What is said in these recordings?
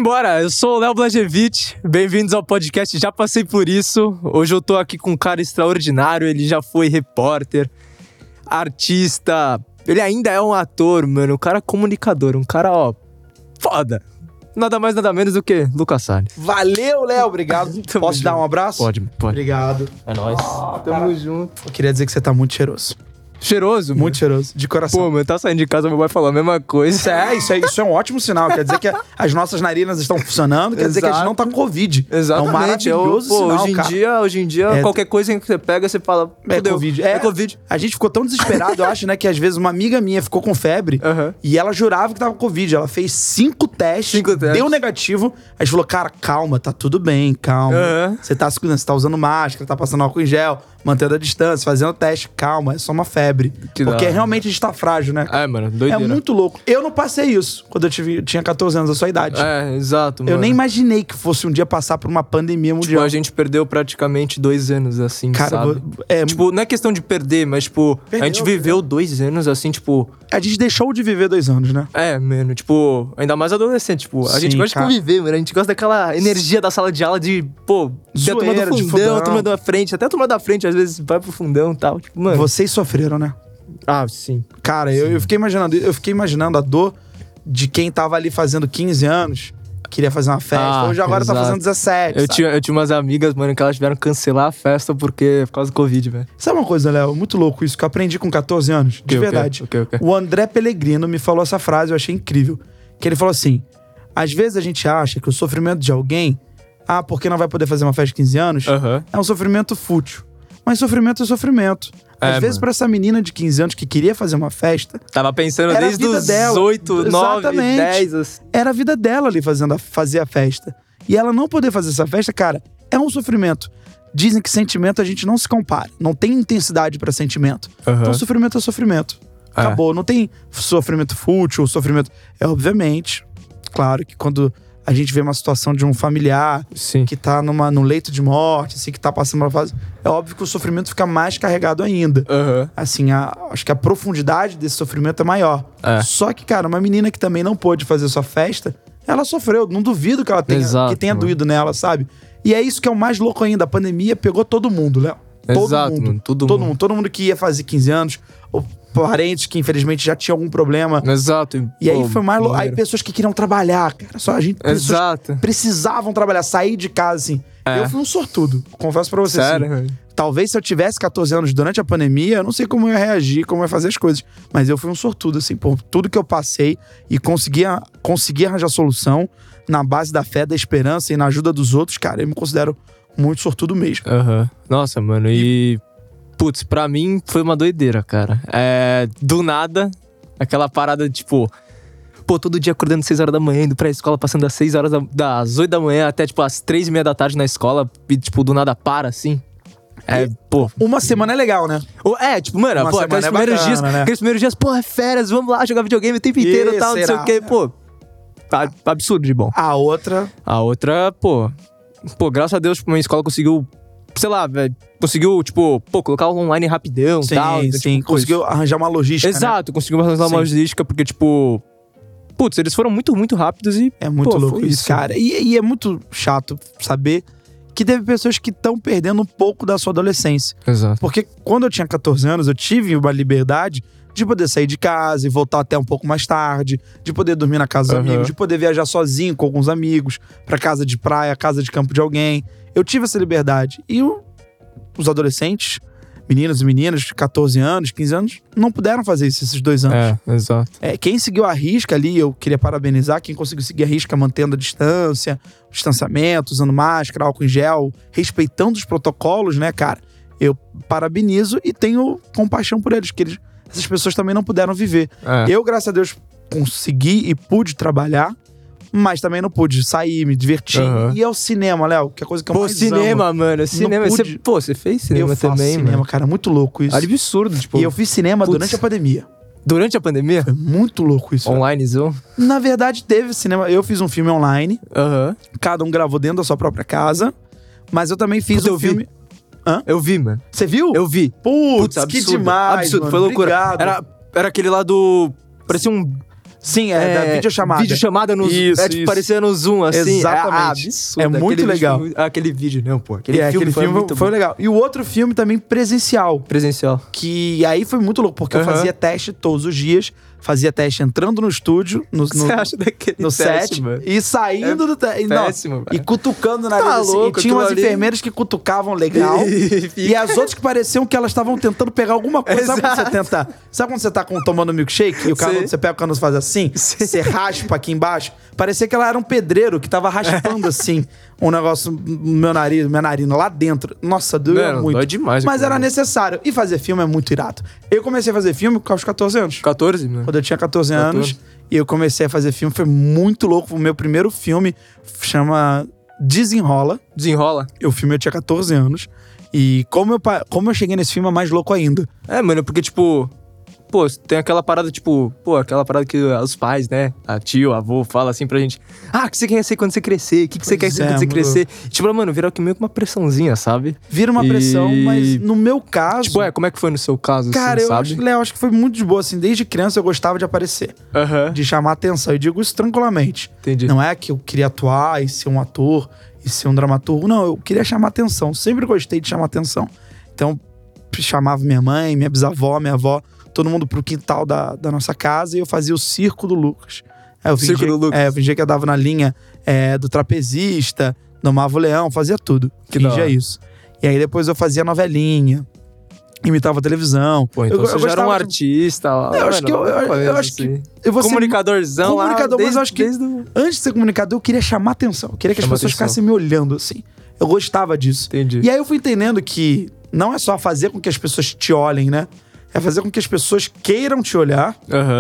Simbora, eu sou o Léo Blagevich, bem-vindos ao podcast Já Passei Por Isso. Hoje eu tô aqui com um cara extraordinário, ele já foi repórter, artista, ele ainda é um ator, mano, um cara comunicador, um cara, foda. Nada mais, nada menos do que Lucas Salles. Valeu, Léo, obrigado. Posso dar um abraço? Pode. Obrigado. É nóis. Tamo junto. Eu queria dizer que você tá muito cheiroso. Cheiroso? Muito cheiroso, de coração. Pô, mano, tá saindo de casa, meu pai falou a mesma coisa. Isso é um ótimo sinal. Quer dizer que as nossas narinas estão funcionando, quer dizer que a gente não tá com Covid. Exatamente. É um maravilhoso sinal, Hoje em dia, qualquer coisa que você pega, você fala, é Covid. É Covid. A gente ficou tão desesperado, eu acho, né, que às vezes uma amiga minha ficou com febre e ela jurava que tava com Covid. Ela fez 5 testes, deu negativo. A gente falou, cara, calma, tá tudo bem, calma. Você tá se cuidando, você tá usando máscara, tá passando álcool em gel, mantendo a distância, fazendo teste. Calma, é só uma febre. Porque realmente a gente tá frágil, né? É, mano, doideira. É muito louco. Eu não passei isso quando eu tinha 14 anos, a sua idade. É, exato, mano. Eu nem imaginei que fosse um dia passar por uma pandemia mundial. Tipo, a gente perdeu praticamente 2 anos, assim, cara, sabe? Tipo, não é questão de perder, mas, tipo, a gente viveu 2 anos, assim, tipo... A gente deixou de viver 2 anos, né? É, mano, tipo, ainda mais adolescente, tipo, a gente gosta de conviver, mano. A gente gosta daquela energia da sala de aula de, pô, ter a turma do fundão, a turma da frente. Até a turma da frente, às vezes, vai pro fundão e tal. Tipo, mano... Vocês sofreram, né? Ah, sim. Cara, eu fiquei imaginando a dor de quem tava ali fazendo 15 anos, queria fazer uma festa, hoje agora tá fazendo 17. Eu tinha umas amigas, mano, que elas tiveram que cancelar a festa por causa do Covid, velho. Sabe uma coisa, Léo? Muito louco isso, que eu aprendi com 14 anos, de verdade. O André Pellegrino me falou essa frase, eu achei incrível. Que ele falou assim, às vezes a gente acha que o sofrimento de alguém, porque não vai poder fazer uma festa de 15 anos, é um sofrimento fútil. Mas sofrimento é sofrimento. Às vezes, pra essa menina de 15 anos que queria fazer uma festa... Tava pensando desde os 8, 9, 10... Assim. Era a vida dela ali fazer a festa. E ela não poder fazer essa festa, cara, é um sofrimento. Dizem que sentimento a gente não se compara. Não tem intensidade pra sentimento. Então, sofrimento é sofrimento. Acabou. Não tem sofrimento fútil, sofrimento... obviamente, claro que quando... a gente vê uma situação de um familiar que tá no leito de morte, assim, que tá passando uma fase... É óbvio que o sofrimento fica mais carregado ainda. Assim, acho que a profundidade desse sofrimento é maior. Só que, cara, uma menina que também não pôde fazer sua festa, ela sofreu. Não duvido que ela tenha doído nela, sabe? E é isso que é o mais louco ainda. A pandemia pegou todo mundo, Léo. Todo mundo que ia fazer 15 anos... ou parentes que infelizmente já tinham algum problema. Exato. E aí foi mais louco. Aí pessoas que queriam trabalhar, cara. Pessoas precisavam trabalhar, sair de casa, assim. Eu fui um sortudo, confesso pra você. Sério? Assim. Talvez se eu tivesse 14 anos durante a pandemia, eu não sei como eu ia reagir, como eu ia fazer as coisas. Mas eu fui um sortudo, assim, por tudo que eu passei e consegui arranjar solução na base da fé, da esperança e na ajuda dos outros, cara, eu me considero muito sortudo mesmo. Nossa, mano, Putz, pra mim foi uma doideira, cara. Do nada, aquela parada de tipo... Pô, todo dia acordando 6 horas da manhã, indo pra escola, passando das 6 horas das 8 da manhã até tipo as 3:30 da tarde na escola. E tipo, do nada para, assim. Uma semana é legal, né? Tipo, mano, aqueles primeiros dias, pô, é férias, vamos lá jogar videogame o tempo inteiro e tal, não sei o quê. Pô, absurdo de bom. A outra, pô, graças a Deus, tipo, minha escola conseguiu... Sei lá, velho, conseguiu, tipo, colocar online rapidão e tal. Sim, tipo, conseguiu arranjar uma logística, exato, conseguiu arranjar uma logística, porque, tipo... Putz, eles foram muito, muito rápidos e... É muito louco isso, cara. E é muito chato saber que teve pessoas que estão perdendo um pouco da sua adolescência. Exato. Porque quando eu tinha 14 anos, eu tive uma liberdade de poder sair de casa e voltar até um pouco mais tarde, de poder dormir na casa dos amigos, de poder viajar sozinho com alguns amigos, pra casa de praia, casa de campo de alguém. Eu tive essa liberdade. E os adolescentes, meninos e meninas de 14 anos, 15 anos, não puderam fazer isso esses 2 anos. Exato. Quem seguiu a risca ali, eu queria parabenizar quem conseguiu seguir a risca mantendo a distância, o distanciamento, usando máscara, álcool em gel, respeitando os protocolos, né, cara? Eu parabenizo e tenho compaixão por eles, que essas pessoas também não puderam viver. Eu, graças a Deus, consegui e pude trabalhar, mas também não pude sair, me divertir. E ao cinema, Léo, que é a coisa que eu mais cinema, amo. Mano, cinema. Você fez cinema também, cinema, mano. cara, muito louco isso. Absurdo, tipo... E eu fiz cinema durante a pandemia. Durante a pandemia? Foi muito louco isso. Onlinezão? Na verdade, teve cinema. Eu fiz um filme online. Cada um gravou dentro da sua própria casa. Mas eu também fiz um filme... Eu vi, mano. Você viu? Eu vi. Putz, que demais, absurdo, mano. foi loucura. Obrigado. Era aquele lá do... Parecia um... Sim, da videochamada. Videochamada no Isso, tipo, parecia no Zoom, assim. Exatamente. Absurdo. É muito legal. Aquele vídeo, não, pô. Aquele filme foi muito bom. legal. E o outro filme também presencial. Presencial. Que aí foi muito louco, porque eu fazia teste todos os dias. Fazia teste entrando no estúdio, Você acha daquele no teste, set, mano? e saindo do teste. Péssimo, E cutucando na nariz, assim. louco, E tinha umas aquilo ali. enfermeiras que cutucavam legal. E as outras que pareciam que elas estavam tentando pegar alguma coisa. Sabe quando você tenta... Sabe quando você tá tomando milkshake e o canudo, você pega o canudo e faz assim? Você raspa aqui embaixo. Parecia que ela era um pedreiro que tava raspando assim um negócio no meu nariz, minha narina, lá dentro. Nossa, doeu muito. Dói demais. Mas era necessário. E fazer filme é muito irado. Eu comecei a fazer filme aos 14 anos. 14, né? Quando eu tinha 14 anos. E eu comecei a fazer filme. Foi muito louco. O meu primeiro filme chama Desenrola. Desenrola? O filme eu tinha 14 anos. E como eu cheguei nesse filme é mais louco ainda. Mano, porque, tipo... Pô, tem aquela parada, tipo... Pô, aquela parada que os pais, né? A tio, a avô, fala assim pra gente... Ah, o que você quer ser quando você crescer? O que você quer ser quando você crescer? Tipo, mano, vira meio que uma pressãozinha, sabe? Vira uma pressão, mas no meu caso... Tipo, como é que foi no seu caso, cara, assim, sabe? Léo, acho que foi muito de boa, assim. Desde criança eu gostava de aparecer. De chamar atenção. Eu digo isso tranquilamente. Entendi. Não é que eu queria atuar e ser um ator e ser um dramaturgo. Não, eu queria chamar atenção. Sempre gostei de chamar atenção. Então, chamava minha mãe, minha bisavó, minha avó... Todo mundo pro quintal da nossa casa e eu fazia o Circo do Lucas. Circo do Lucas. Eu fingia que eu dava na linha do trapezista, domava o leão, fazia tudo. Fingia isso. E aí depois eu fazia novelinha, imitava a televisão. Pô, então você já era um artista lá. Eu acho que eu acho que eu vou comunicadorzão lá. Comunicador, mas eu acho que antes de ser comunicador, eu queria chamar atenção. Eu queria que as pessoas ficassem me olhando assim. Eu gostava disso. Entendi. E aí eu fui entendendo que não é só fazer com que as pessoas te olhem, né? É fazer com que as pessoas queiram te olhar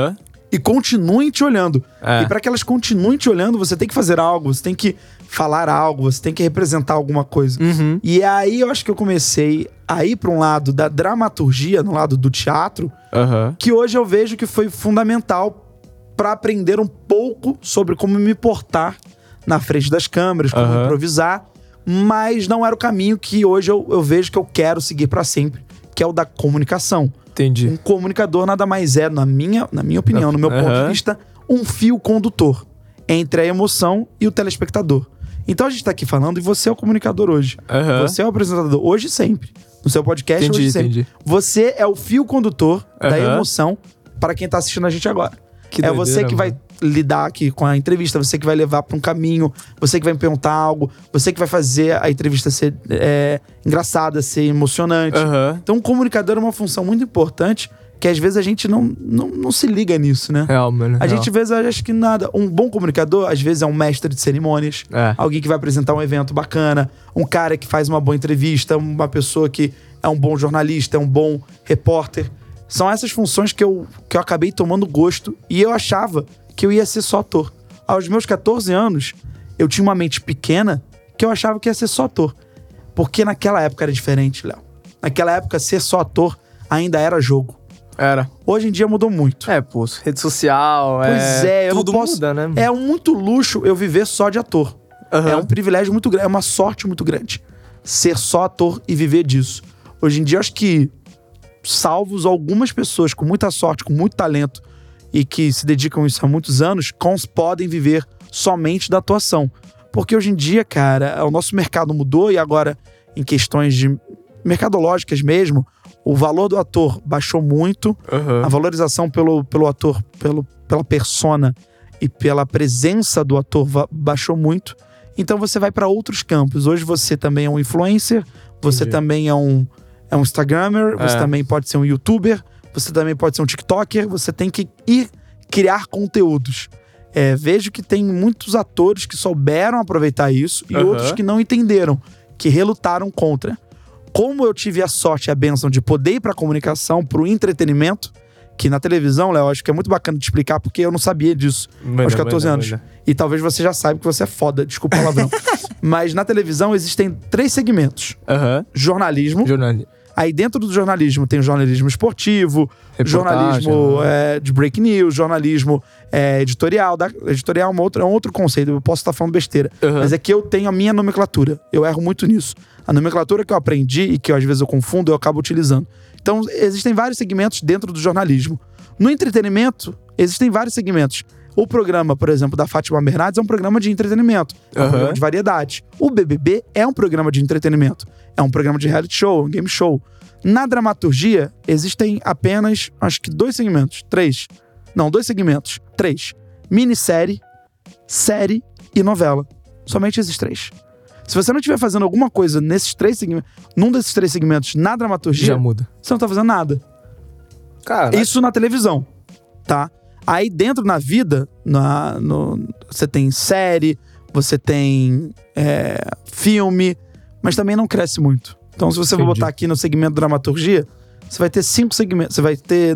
e continuem te olhando. E para que elas continuem te olhando, você tem que fazer algo, você tem que falar algo, você tem que representar alguma coisa. E aí eu acho que eu comecei a ir para um lado da dramaturgia, no lado do teatro, que hoje eu vejo que foi fundamental para aprender um pouco sobre como me portar na frente das câmeras, como improvisar, mas não era o caminho que hoje eu vejo que eu quero seguir para sempre, que é o da comunicação. Entendi. Um comunicador nada mais é, na minha opinião, no meu ponto de vista, um fio condutor entre a emoção e o telespectador. Então a gente tá aqui falando e você é o comunicador hoje. Você é o apresentador hoje e sempre. No seu podcast hoje e sempre. Você é o fio condutor da emoção para quem tá assistindo a gente agora. Que doideira, você que vai lidar aqui com a entrevista, você que vai levar para um caminho, você que vai me perguntar algo, você que vai fazer a entrevista ser engraçada, ser emocionante. Então, um comunicador é uma função muito importante que às vezes a gente não se liga nisso, né? Real, mano. A gente às vezes acha que nada. Um bom comunicador, às vezes, é um mestre de cerimônias, alguém que vai apresentar um evento bacana, um cara que faz uma boa entrevista, uma pessoa que é um bom jornalista, é um bom repórter. São essas funções que eu acabei tomando gosto e eu achava que eu ia ser só ator. Aos meus 14 anos, eu tinha uma mente pequena que eu achava que ia ser só ator. Porque naquela época era diferente, Léo. Naquela época, ser só ator ainda era jogo. Era. Hoje em dia mudou muito. Pô, rede social, pois eu tudo não posso, muda, né? É muito luxo eu viver só de ator. É um privilégio muito grande, é uma sorte muito grande. Ser só ator e viver disso. Hoje em dia, eu acho que salvos algumas pessoas com muita sorte, com muito talento e que se dedicam a isso há muitos anos, podem viver somente da atuação. Porque hoje em dia, cara, o nosso mercado mudou e agora, em questões de mercadológicas mesmo, o valor do ator baixou muito, a valorização pelo ator, pela persona e pela presença do ator baixou muito. Então você vai para outros campos. Hoje você também é um influencer, você também é um Instagrammer, você também pode ser um YouTuber, você também pode ser um TikToker, você tem que ir criar conteúdos. Vejo que tem muitos atores que souberam aproveitar isso e outros que não entenderam, que relutaram contra. Como eu tive a sorte e a bênção de poder ir pra comunicação, pro entretenimento, que na televisão, Léo, acho que é muito bacana de explicar, porque eu não sabia disso aos 14 anos. E talvez você já saiba que você é foda, desculpa o palavrão. Mas na televisão existem 3 segmentos. Jornalismo. Aí dentro do jornalismo tem o jornalismo esportivo, jornalismo de break news, jornalismo editorial. Editorial é um outro conceito, eu posso estar falando besteira. Mas é que eu tenho a minha nomenclatura, eu erro muito nisso. A nomenclatura que eu aprendi e que às vezes eu confundo, eu acabo utilizando. Então existem vários segmentos dentro do jornalismo. No entretenimento, Existem vários segmentos. O programa, por exemplo, da Fátima Bernardes é um programa de entretenimento. É um programa de variedade. O BBB é um programa de entretenimento. É um programa de reality show, um game show. Na dramaturgia, existem apenas, acho que 2 segmentos. 3. Não, 2 segmentos. 3. Minissérie, série e novela. Somente esses 3. Se você não estiver fazendo alguma coisa nesses 3 segmentos, num desses 3 segmentos na dramaturgia, já muda. Você não tá fazendo nada. Cara, isso na televisão, tá? Aí dentro na vida, você tem série, você tem filme, mas também não cresce muito. Então se você for botar aqui no segmento dramaturgia, você vai ter 5 segmentos. Você vai ter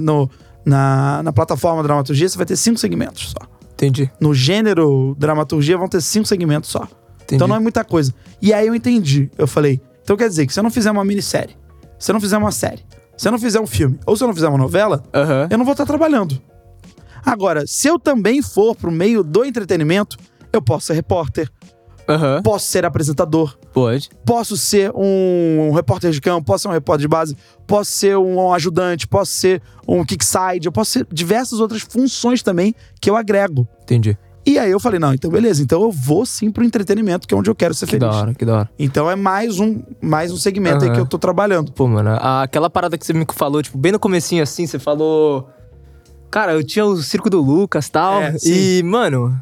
na plataforma dramaturgia, você vai ter 5 segmentos só. Entendi. No gênero dramaturgia vão ter 5 segmentos só. Entendi. Então não é muita coisa. E aí eu entendi. Eu falei, então quer dizer que se eu não fizer uma minissérie, se eu não fizer uma série, se eu não fizer um filme, ou se eu não fizer uma novela, eu não vou estar trabalhando. Agora, se eu também for pro meio do entretenimento, eu posso ser repórter, posso ser apresentador, posso ser um repórter de campo, posso ser um repórter de base, posso ser um ajudante, posso ser um kickside, eu posso ser diversas outras funções também que eu agrego. Entendi. E aí eu falei, não, então beleza, então eu vou sim pro entretenimento, que é onde eu quero ser feliz. Que da hora. Então é mais um segmento aí que eu tô trabalhando. Pô, mano, aquela parada que você me falou, tipo, bem no comecinho assim, você falou... Cara, eu tinha o Circo do Lucas e tal, e, mano,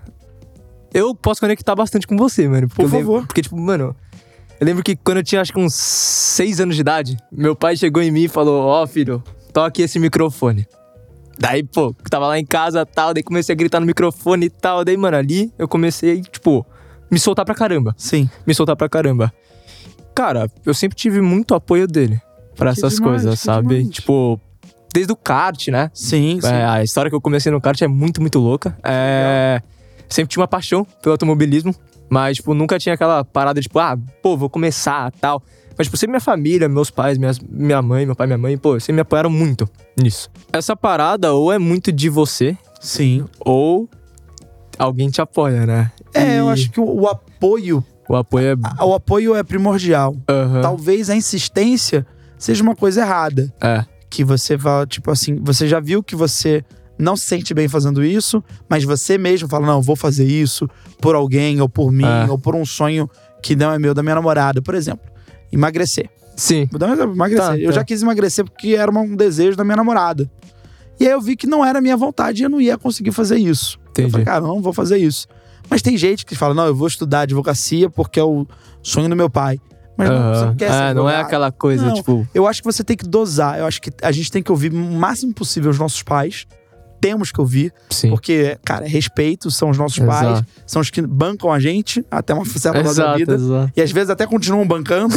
eu posso conectar bastante com você, mano. Por favor. Porque, tipo, mano, eu lembro que quando eu tinha, acho que uns 6 anos de idade, meu pai chegou em mim e falou, ó, filho, toca aqui esse microfone. Daí, pô, tava lá em casa e tal, daí comecei a gritar no microfone e tal, daí, mano, ali eu comecei, tipo, me soltar pra caramba. Sim. Me soltar pra caramba. Cara, eu sempre tive muito apoio dele pra essas coisas, sabe? Demais. Tipo... Desde o kart, né? Sim. A história que eu comecei no kart é muito, muito louca. Sempre tinha uma paixão pelo automobilismo. Mas, tipo, nunca tinha aquela parada, tipo... vou começar, tal. Mas, tipo, sempre minha família, meus pais, minha mãe, meu pai, minha mãe... Pô, sempre me apoiaram muito nisso. Essa parada ou é muito de você... Sim. Ou alguém te apoia, né? Eu acho que o apoio... O apoio é primordial. Talvez a insistência seja uma coisa errada. Que você vai, tipo assim, você já viu que você não se sente bem fazendo isso, mas você mesmo fala, não, eu vou fazer isso por alguém, ou por mim, ou por um sonho que não é meu, da minha namorada. Por exemplo, emagrecer. Sim. Vou dar um exemplo, emagrecer. Eu já quis emagrecer porque era um desejo da minha namorada. E aí eu vi que não era a minha vontade e eu não ia conseguir fazer isso. Entendi. Eu falei, cara, não vou fazer isso. Mas tem gente que fala, não, eu vou estudar advocacia porque é o sonho do meu pai. Mas você não quer ser advogado. Não é aquela coisa, não, tipo... Eu acho que você tem que dosar. Eu acho que a gente tem que ouvir o máximo possível os nossos pais. Temos que ouvir. Sim. Porque, cara, respeito, são os nossos pais. São os que bancam a gente até uma certa fase da vida. E às vezes até continuam bancando.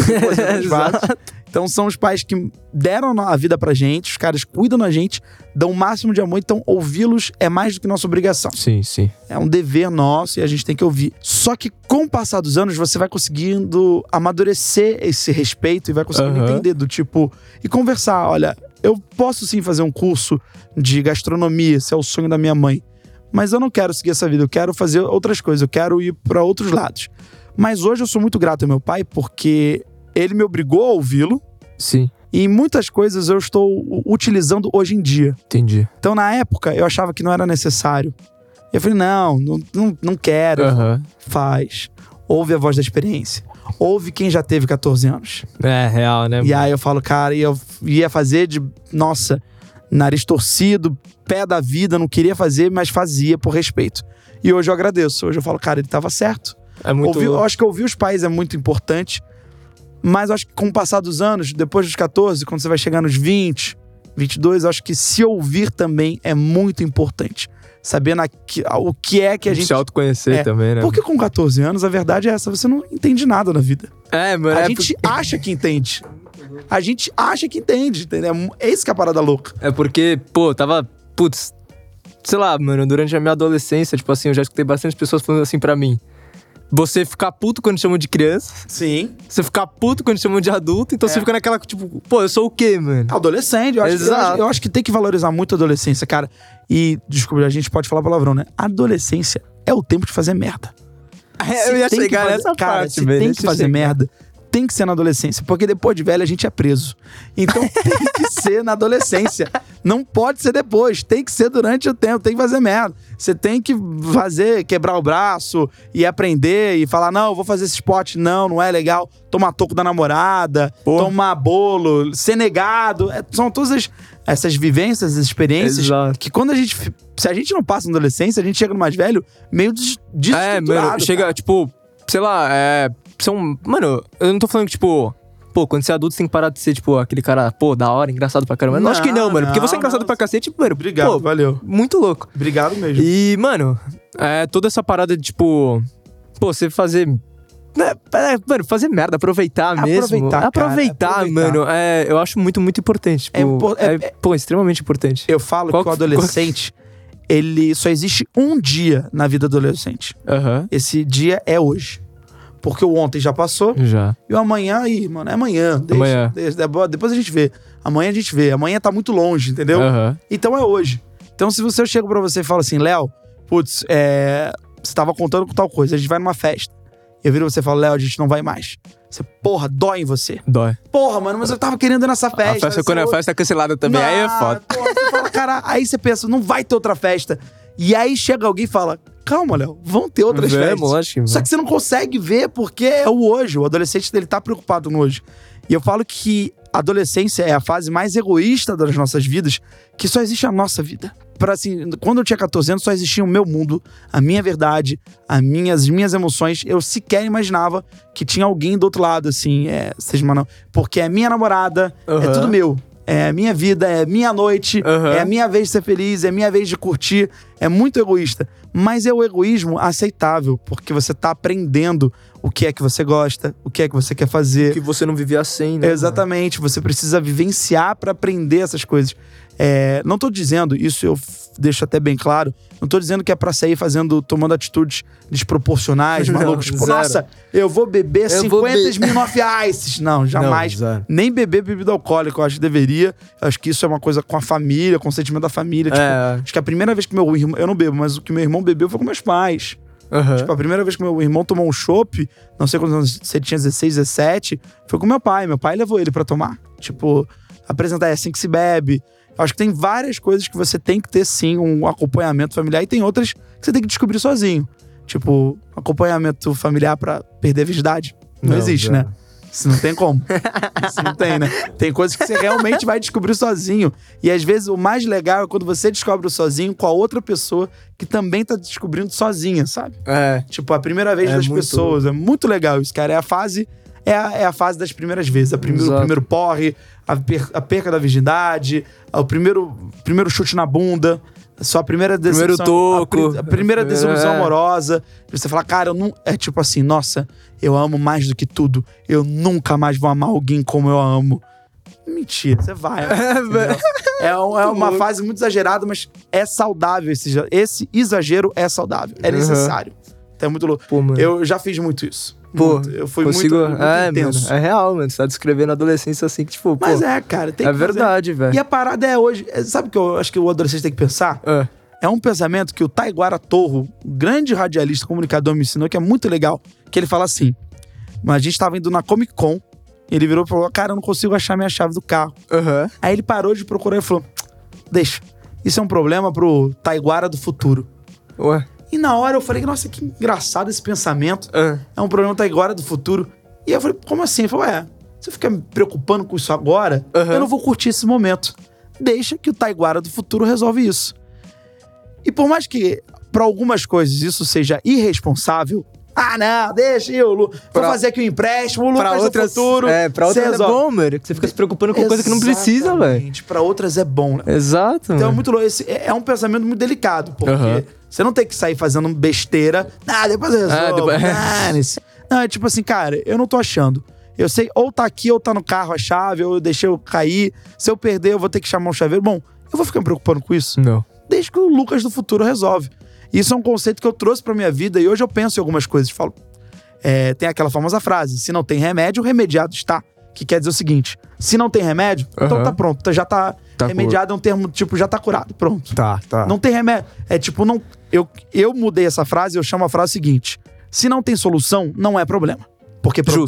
Então são os pais que deram a vida pra gente. Os caras cuidam da gente. Dão o máximo de amor. Então ouvi-los é mais do que nossa obrigação. Sim. É um dever nosso e a gente tem que ouvir. Só que com o passar dos anos, você vai conseguindo amadurecer esse respeito e vai conseguindo entender do tipo... E conversar, olha, eu posso sim fazer um curso de gastronomia, se é o sonho da minha mãe. Mas eu não quero seguir essa vida, eu quero fazer outras coisas, eu quero ir pra outros lados. Mas hoje eu sou muito grato ao meu pai porque ele me obrigou a ouvi-lo. Sim. E muitas coisas eu estou utilizando hoje em dia. Entendi. Então na época eu achava que não era necessário. Eu falei, não quero. Faz. Ouve a voz da experiência. Ouve quem já teve 14 anos. É real, né? E aí eu falo, cara, eu ia fazer de... Nossa, nariz torcido, pé da vida, não queria fazer, mas fazia por respeito. E hoje eu agradeço. Hoje eu falo, cara, ele tava certo. É muito... Eu acho que ouvir os pais é muito importante. Mas eu acho que com o passar dos anos, depois dos 14, quando você vai chegar nos 20, 22, eu acho que se ouvir também é muito importante. Sabendo o que é que a gente... Se autoconhecer também, né? Porque com 14 anos, a verdade é essa, você não entende nada na vida. Mano. A gente acha que entende. A gente acha que entende, entendeu? É isso que é a parada louca. É porque, tava... Putz, sei lá, mano, durante a minha adolescência, tipo assim, eu já escutei bastante pessoas falando assim pra mim. Você ficar puto quando chamam de criança. Sim. Você ficar puto quando chamam de adulto. Então você fica naquela, tipo... eu sou o quê, mano? Adolescente. Eu acho que tem que valorizar muito a adolescência, cara. E, desculpa, a gente pode falar palavrão, né? A adolescência é o tempo de fazer merda. Eu ia chegar nessa parte, velho. Tem que fazer merda. tem que ser na adolescência, porque depois de velho a gente é preso. Então tem que ser na adolescência. Não pode ser depois, tem que ser durante o tempo, tem que fazer merda. Você tem que quebrar o braço e aprender e falar, não, eu vou fazer esse esporte, não é legal. Tomar toco da namorada, tomar bolo, ser negado. São todas essas vivências, essas experiências. Exato. Que quando se a gente não passa na adolescência, a gente chega no mais velho meio desestruturado. Mano, chega, tipo, sei lá, mano, eu não tô falando que, tipo, quando você é adulto, você tem que parar de ser, tipo, aquele cara, da hora, engraçado pra caramba. Acho que não, mano. Porque você é engraçado pra cacete, mano. Obrigado, valeu. Muito louco. Obrigado mesmo. E, mano, toda essa parada de, tipo, você fazer. Mano, fazer merda, aproveitar mesmo. Aproveitar, mano. Eu acho muito, muito importante. Tipo, extremamente importante. Eu falo que o adolescente, ele só existe um dia na vida do adolescente. Esse dia é hoje. Porque o ontem já passou. Já. E o amanhã aí, mano, é amanhã. Depois a gente vê. Amanhã a gente vê. Amanhã tá muito longe, entendeu? Então é hoje. Então se eu chego pra você e falo assim, Léo, putz, você tava contando com tal coisa, a gente vai numa festa. Eu viro você e falo, Léo, a gente não vai mais. Você, porra, dói em você. Dói. Porra, mano, mas eu tava querendo ir nessa festa. Quando a festa é cancelada também, aí é foda. Porra, você fala, cara, aí você pensa, não vai ter outra festa. E aí chega alguém e fala, calma, Léo, vão ter outras festas. Lógico, só que você não consegue ver porque é o hoje. O adolescente dele tá preocupado no hoje. E eu falo que a adolescência é a fase mais egoísta das nossas vidas, que só existe a nossa vida. Quando eu tinha 14 anos, só existia o meu mundo, a minha verdade, as minhas emoções. Eu sequer imaginava que tinha alguém do outro lado, assim, porque é minha namorada, é tudo meu. É a minha vida, é a minha noite, é a minha vez de ser feliz, é a minha vez de curtir. É muito egoísta. Mas é o egoísmo aceitável, porque você tá aprendendo o que é que você gosta, o que é que você quer fazer. O que você não vivia sem, né? Exatamente. Você precisa vivenciar pra aprender essas coisas. Não tô dizendo, isso eu deixo até bem claro, não tô dizendo que é pra sair tomando atitudes desproporcionais, malucos. Tipo, nossa, eu vou beber 50 Smirnoff Ices. Não, jamais. Não, nem beber bebida alcoólica, eu acho que deveria. Eu acho que isso é uma coisa com a família, com o sentimento da família. Tipo, acho que a primeira vez que meu irmão... Eu não bebo, mas o que meu irmão bebeu foi com meus pais. Tipo, a primeira vez que meu irmão tomou um chopp, não sei quantos anos, você tinha 16, 17, foi com meu pai. Meu pai levou ele pra tomar. Tipo, apresentar, é assim que se bebe. Acho que tem várias coisas que você tem que ter, sim, um acompanhamento familiar. E tem outras que você tem que descobrir sozinho. Tipo, acompanhamento familiar pra perder a virgindade. Não existe, né? Isso não tem como. Isso não tem, né? Tem coisas que você realmente vai descobrir sozinho. E às vezes o mais legal é quando você descobre sozinho com a outra pessoa que também tá descobrindo sozinha, sabe? Tipo, a primeira vez das pessoas. É muito legal isso, cara. É a fase das primeiras vezes. O primeiro porre, a perca da virgindade, o primeiro chute na bunda, sua primeira desilusão. Primeiro toco. A primeira desilusão amorosa. Você fala, cara, eu não. É tipo assim, nossa, eu amo mais do que tudo. Eu nunca mais vou amar alguém como eu amo. Mentira, você vai. É uma fase muito exagerada, mas é saudável. Esse exagero é saudável. É necessário. Então é muito louco. Eu já fiz muito isso. Eu fui muito intenso. Mano, é real, mano. Você tá descrevendo a adolescência assim que, tipo, mas cara, tem que fazer. Verdade, velho. E a parada é hoje... Sabe o que eu acho que o adolescente tem que pensar? É um pensamento que o Taiguara Torro, grande radialista, comunicador, me ensinou, que é muito legal. Que ele fala assim, a gente tava indo na Comic Con, ele virou e falou, cara, eu não consigo achar minha chave do carro. Aí ele parou de procurar e falou, deixa, isso é um problema pro Taiguara do futuro. E na hora eu falei, nossa, que engraçado esse pensamento. É um problema Taiguara do futuro. E eu falei, como assim? Ele falou, você fica me preocupando com isso agora, eu não vou curtir esse momento. Deixa que o Taiguara do futuro resolve isso. E por mais que, pra algumas coisas, isso seja irresponsável, não, deixa eu, vou fazer aqui um empréstimo, o Lucas do futuro. Pra outras é bom, mano. Você fica se preocupando com coisa que não precisa, velho. Pra outras é bom, né? Exato, então é muito louco. Esse é um pensamento muito delicado, porque você não tem que sair fazendo besteira. Depois eu resolvo. Não, é tipo assim, cara, eu não tô achando. Eu sei, ou tá aqui, ou tá no carro a chave, ou eu deixei eu cair. Se eu perder, eu vou ter que chamar um chaveiro. Bom, eu vou ficar me preocupando com isso? Não. Desde que o Lucas do futuro resolve. Isso é um conceito que eu trouxe pra minha vida e hoje eu penso em algumas coisas. Falo, tem aquela famosa frase, se não tem remédio, remediado está. Que quer dizer o seguinte, se não tem remédio, então tá pronto, já tá remediado, é um termo tipo, já tá curado, pronto. Tá. Não tem remédio, tipo, não... Eu mudei essa frase, eu chamo a frase seguinte, se não tem solução, não é problema. Porque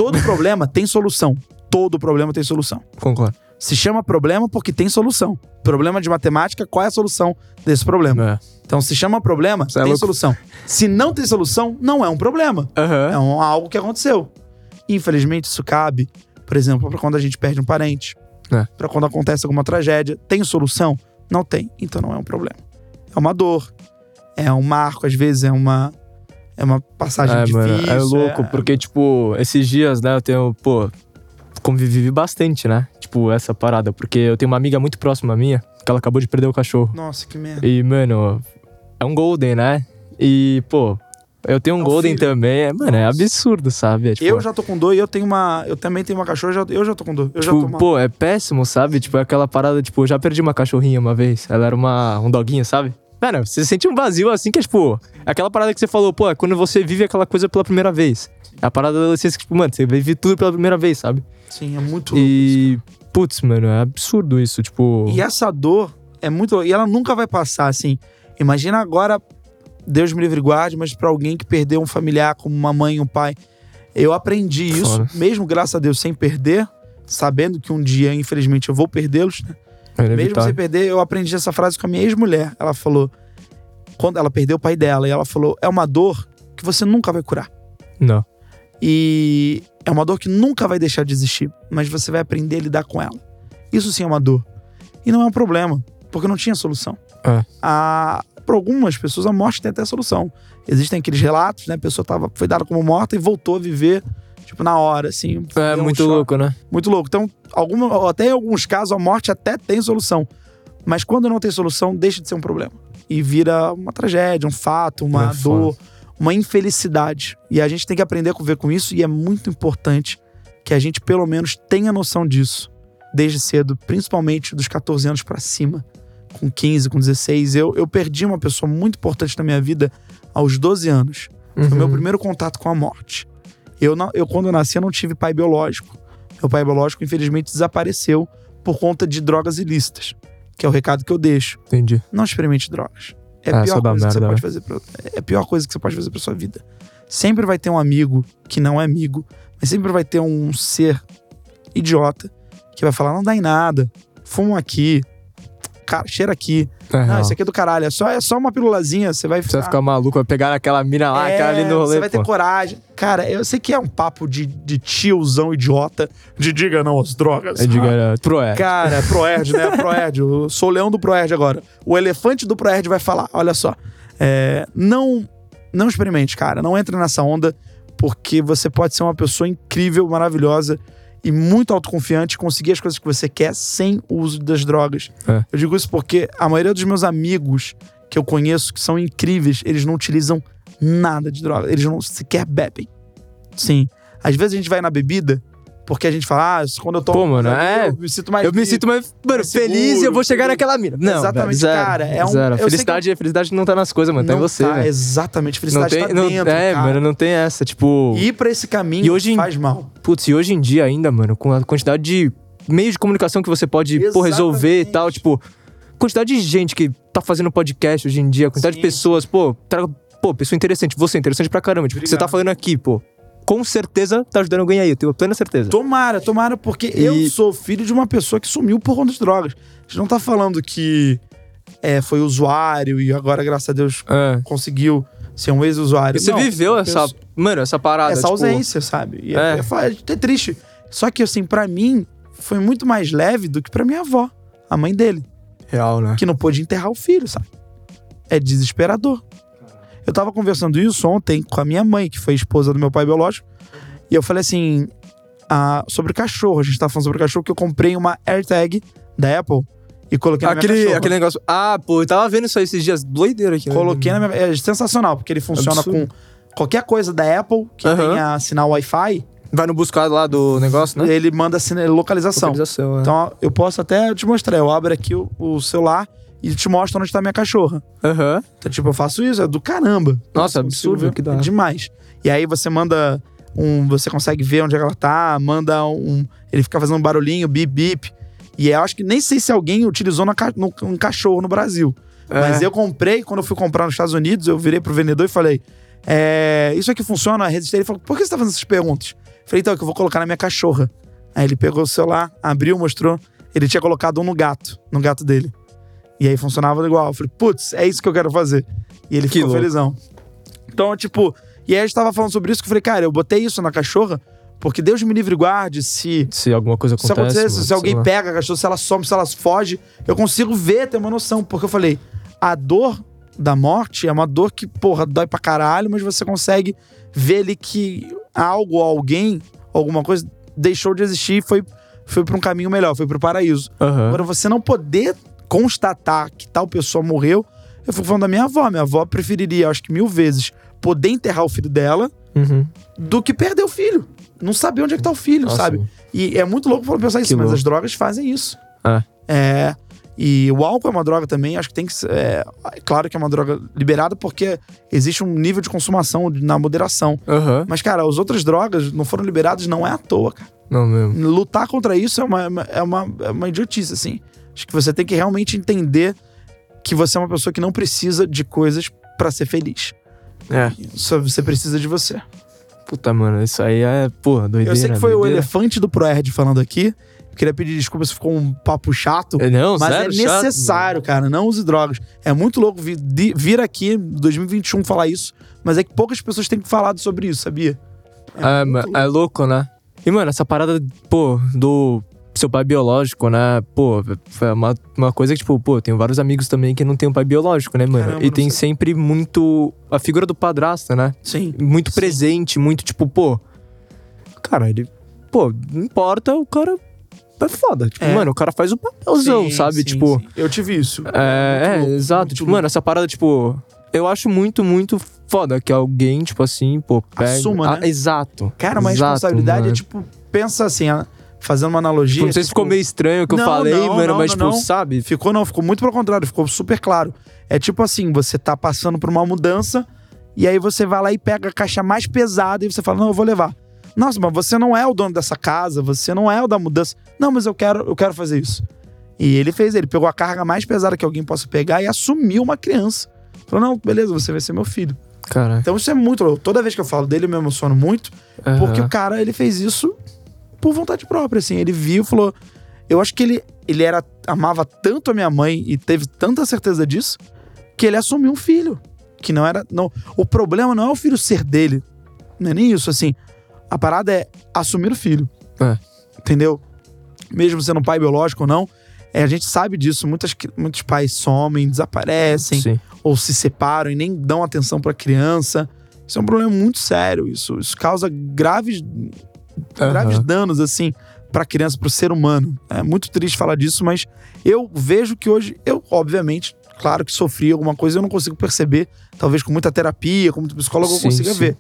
Todo problema tem solução. Todo problema tem solução. Concordo. Se chama problema porque tem solução. Problema de matemática, qual é a solução desse problema? Então, se chama problema, tem solução. Se não tem solução, não é um problema. É algo que aconteceu. Infelizmente, isso cabe, por exemplo, para quando a gente perde um parente. Para quando acontece alguma tragédia. Tem solução? Não tem. Então, não é um problema. É uma dor. É um marco, às vezes é uma passagem difícil. Mano, é louco, porque, tipo, esses dias, né, eu tenho, convivi bastante, né? Tipo, essa parada. Porque eu tenho uma amiga muito próxima minha, que ela acabou de perder o cachorro. Nossa, que merda. E, mano, é um Golden, né? E, eu tenho um Golden filho. Também. Mano, é absurdo, sabe? Eu já tô com dor e eu também tenho uma cachorra, eu já tô com dor. É péssimo, sabe? Tipo, é aquela parada, tipo, eu já perdi uma cachorrinha uma vez. Ela era um doguinho, sabe? Mano, você sente um vazio assim que é, tipo, aquela parada que você falou, é quando você vive aquela coisa pela primeira vez. É a parada da adolescência que, tipo, mano, você vive tudo pela primeira vez, sabe? Sim, é muito louco. E, putz, mano, é absurdo isso, tipo... E essa dor é muito louca. E ela nunca vai passar, assim. Imagina agora, Deus me livre e guarde, mas pra alguém que perdeu um familiar, como uma mãe, um pai. Eu aprendi isso, mesmo graças a Deus, sem perder, sabendo que um dia, infelizmente, eu vou perdê-los, né? Mesmo sem perder, eu aprendi essa frase com a minha ex-mulher. Ela falou, quando ela perdeu o pai dela, e ela falou, é uma dor que você nunca vai curar. Não. E é uma dor que nunca vai deixar de existir, mas você vai aprender a lidar com ela. Isso sim é uma dor. E não é um problema, porque não tinha solução. Para algumas pessoas, a morte tem até solução. Existem aqueles relatos, né? A pessoa foi dada como morta e voltou a viver, tipo, na hora, assim. É muito louco, né? Muito louco. Então, até em alguns casos, a morte até tem solução. Mas quando não tem solução, deixa de ser um problema. E vira uma tragédia, um fato, uma dor, uma infelicidade. E a gente tem que aprender a conviver com isso. E é muito importante que a gente, pelo menos, tenha noção disso. Desde cedo, principalmente dos 14 anos pra cima. Com 15, com 16. Eu perdi uma pessoa muito importante na minha vida aos 12 anos. Foi o meu primeiro contato com a morte. Quando eu nasci, eu não tive pai biológico. Meu pai biológico, infelizmente, desapareceu por conta de drogas ilícitas. Que é o recado que eu deixo. Entendi. Não experimente drogas. É a pior coisa que você pode fazer é a pior coisa que você pode fazer pra sua vida. Sempre vai ter um amigo que não é amigo, mas sempre vai ter um ser idiota que vai falar, não dá em nada, fuma aqui, cara, cheira aqui. Não, isso aqui é do caralho, é só uma pilulazinha, você vai ficar... Você vai ficar maluco, vai pegar aquela mina lá, aquela ali no rolê, você vai ter coragem. Cara, eu sei que é um papo de tiozão idiota, de diga não às drogas. Proerd. Cara, Proerd, né? Proerd, eu sou o leão do Proerd agora. O elefante do Proerd vai falar, olha só, não experimente, cara, não entre nessa onda, porque você pode ser uma pessoa incrível, maravilhosa, e muito autoconfiante, conseguir as coisas que você quer sem o uso das drogas. Eu digo isso porque a maioria dos meus amigos que eu conheço, que são incríveis, eles não utilizam nada de droga. Eles não sequer bebem. Sim. Às vezes a gente vai na bebida porque a gente fala, quando eu tomo... mano, eu me sinto mais... Eu me sinto mais feliz e eu vou chegar naquela mina. Não, exatamente, zero, cara. Zero. Felicidade não tá nas coisas, mano. Tá em você. Exatamente. Felicidade tá dentro, cara. Mano, não tem essa, tipo... Ir pra esse caminho faz mal. Putz, e hoje em dia ainda, mano, com a quantidade de meios de comunicação que você pode, resolver e tal, tipo... Quantidade de gente que tá fazendo podcast hoje em dia, quantidade de pessoas, pessoa interessante. Você é interessante pra caramba. Tipo, o que você tá falando aqui, com certeza tá ajudando alguém aí, eu tenho plena certeza. Tomara, porque eu sou filho de uma pessoa que sumiu por conta de drogas. A gente não tá falando que foi usuário e agora, graças a Deus, conseguiu ser um ex-usuário. E você viveu essa parada, essa ausência, sabe? E é triste. Só que, assim, pra mim, foi muito mais leve do que pra minha avó, a mãe dele. Real, né? Que não pôde enterrar o filho, sabe? É desesperador. Eu tava conversando isso ontem com a minha mãe, que foi esposa do meu pai biológico. E eu falei assim, sobre cachorro. A gente tava falando sobre cachorro, que eu comprei uma AirTag da Apple e coloquei na minha cachorra. Aquele negócio... eu tava vendo isso aí esses dias, doideira aqui. Coloquei na minha... É sensacional, porque ele funciona com qualquer coisa da Apple que tenha sinal Wi-Fi. Vai no buscar lá do negócio, né? Ele manda localização. Então, eu posso até te mostrar. Eu abro aqui o celular e te mostro onde tá a minha cachorra. Então, tipo, eu faço isso, é do caramba. Nossa, absurdo. É demais. E aí você manda você consegue ver onde é que ela tá, ele fica fazendo um barulhinho, bip, bip. E eu acho que nem sei se alguém utilizou um cachorro no Brasil. Mas eu comprei, quando eu fui comprar nos Estados Unidos, eu virei pro vendedor e falei, isso aqui funciona, resistir. Ele falou, por que você tá fazendo essas perguntas? Falei, então, é que eu vou colocar na minha cachorra. Aí ele pegou o celular, abriu, mostrou. Ele tinha colocado um no gato dele. E aí funcionava igual. Eu falei, putz, é isso que eu quero fazer. E ele ficou felizão. Então, tipo... E aí a gente tava falando sobre isso, que eu falei, cara, eu botei isso na cachorra porque Deus me livre e guarde se alguma coisa acontece. Se alguém pega a cachorra, se ela some, se ela foge, eu consigo ver, ter uma noção. Porque eu falei, a dor da morte é uma dor que, porra, dói pra caralho, mas você consegue ver ali que algo, alguém, alguma coisa deixou de existir e foi pra um caminho melhor, foi pro paraíso. Agora, você não poder constatar que tal pessoa morreu, eu fico falando da minha avó. Minha avó preferiria, acho que 1000 vezes, poder enterrar o filho dela do que perder o filho. Não saber onde é que tá o filho, sabe? Sim. E é muito louco pensar isso, mas as drogas fazem isso. E o álcool é uma droga também, acho que tem que ser... claro que é uma droga liberada porque existe um nível de consumação na moderação. Mas, cara, as outras drogas não foram liberadas, não é à toa, cara. Não mesmo. Lutar contra isso é uma idiotice, assim. Acho que você tem que realmente entender que você é uma pessoa que não precisa de coisas pra ser feliz. Só você precisa de você. Puta, mano, isso aí é, porra, doideira. Eu sei que foi o elefante do ProErd falando aqui. Eu queria pedir desculpa se ficou um papo chato. Não, mas zero é necessário, chato, cara. Não use drogas. É muito louco vir aqui, em 2021, falar isso. Mas é que poucas pessoas têm falado sobre isso, sabia? É louco, né? E, mano, essa parada, pô, do seu pai biológico, né? Pô, foi uma coisa que, tipo, pô, tenho vários amigos também que não tem um pai biológico, né, mano? Caramba, e tem sempre muito a figura do padrasto, né? Sim. Muito presente, muito, tipo, pô... Cara, ele... Pô, não importa, o cara... É foda. Tipo, mano, o cara faz o papelzão, sabe? Sim, tipo... sim. Eu tive isso. Exato. Tipo, mano, essa parada, tipo... Eu acho muito, muito foda que alguém, tipo assim, pô, pega... Assuma, né? Exato. Cara, uma responsabilidade é, tipo... Pensa assim, fazendo uma analogia... Tipo, não sei se ficou meio estranho o que eu falei, mano, mas, tipo, sabe? Ficou muito pelo contrário, ficou super claro. É tipo assim, você tá passando por uma mudança e aí você vai lá e pega a caixa mais pesada e você fala, não, eu vou levar. Nossa, mas você não é o dono dessa casa, você não é o da mudança. Não, mas eu quero fazer isso. E ele pegou a carga mais pesada que alguém possa pegar e assumiu uma criança. Falou, não, beleza, você vai ser meu filho. Cara. Então isso é muito louco. Toda vez que eu falo dele, eu me emociono muito, porque o cara, ele fez isso por vontade própria, assim. Ele viu, falou... Eu acho que ele amava tanto a minha mãe e teve tanta certeza disso, que ele assumiu um filho. Que não era... Não, o problema não é o filho ser dele. Não é nem isso, assim. A parada é assumir o filho. Entendeu? Mesmo sendo um pai biológico ou não, a gente sabe disso. Muitos pais somem, desaparecem, Sim. ou se separam e nem dão atenção pra criança. Isso é um problema muito sério. Isso causa graves danos, assim, pra criança, pro ser humano. É muito triste falar disso, mas eu vejo que hoje, obviamente, claro que sofri alguma coisa, eu não consigo perceber. Talvez com muita terapia, com muito psicólogo, eu consiga ver.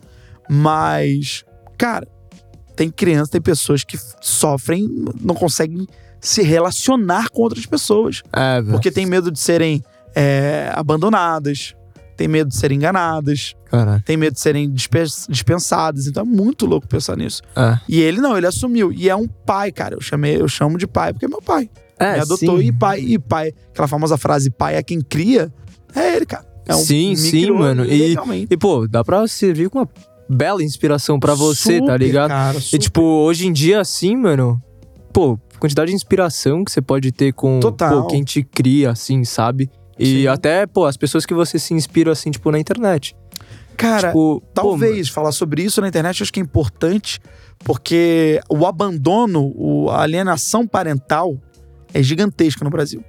Mas... Cara, tem pessoas que sofrem, não conseguem se relacionar com outras pessoas. Porque tem medo de serem abandonadas, tem medo de serem enganadas, tem medo de serem dispensadas. Então é muito louco pensar nisso. E ele não, ele assumiu. E é um pai, cara. Eu chamo de pai porque é meu pai. Me adotou. Sim. E pai, aquela famosa frase, pai é quem cria, é ele, cara. Sim, mano. E, pô, dá pra servir com uma bela inspiração pra você, super, tá ligado? Cara, e tipo, hoje em dia, assim, mano, pô, quantidade de inspiração que você pode ter com pô, quem te cria, assim, sabe? E até, pô, as pessoas que você se inspira, assim, tipo, na internet. Cara, tipo, talvez falar sobre isso na internet eu acho que é importante, porque o abandono, a alienação parental é gigantesca no Brasil.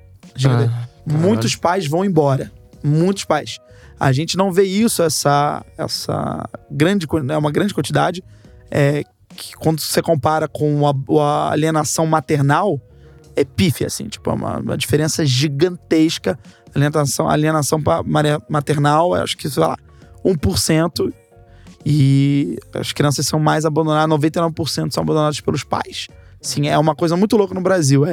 Muitos pais vão embora. Muitos pais. A gente não vê isso, essa grande, uma grande quantidade, que quando você compara com a alienação maternal, é pífia, assim, tipo, é uma diferença gigantesca. Alienação maternal, acho que, sei lá, 1%, e as crianças são mais abandonadas, 99% são abandonadas pelos pais. Sim, é uma coisa muito louca no Brasil.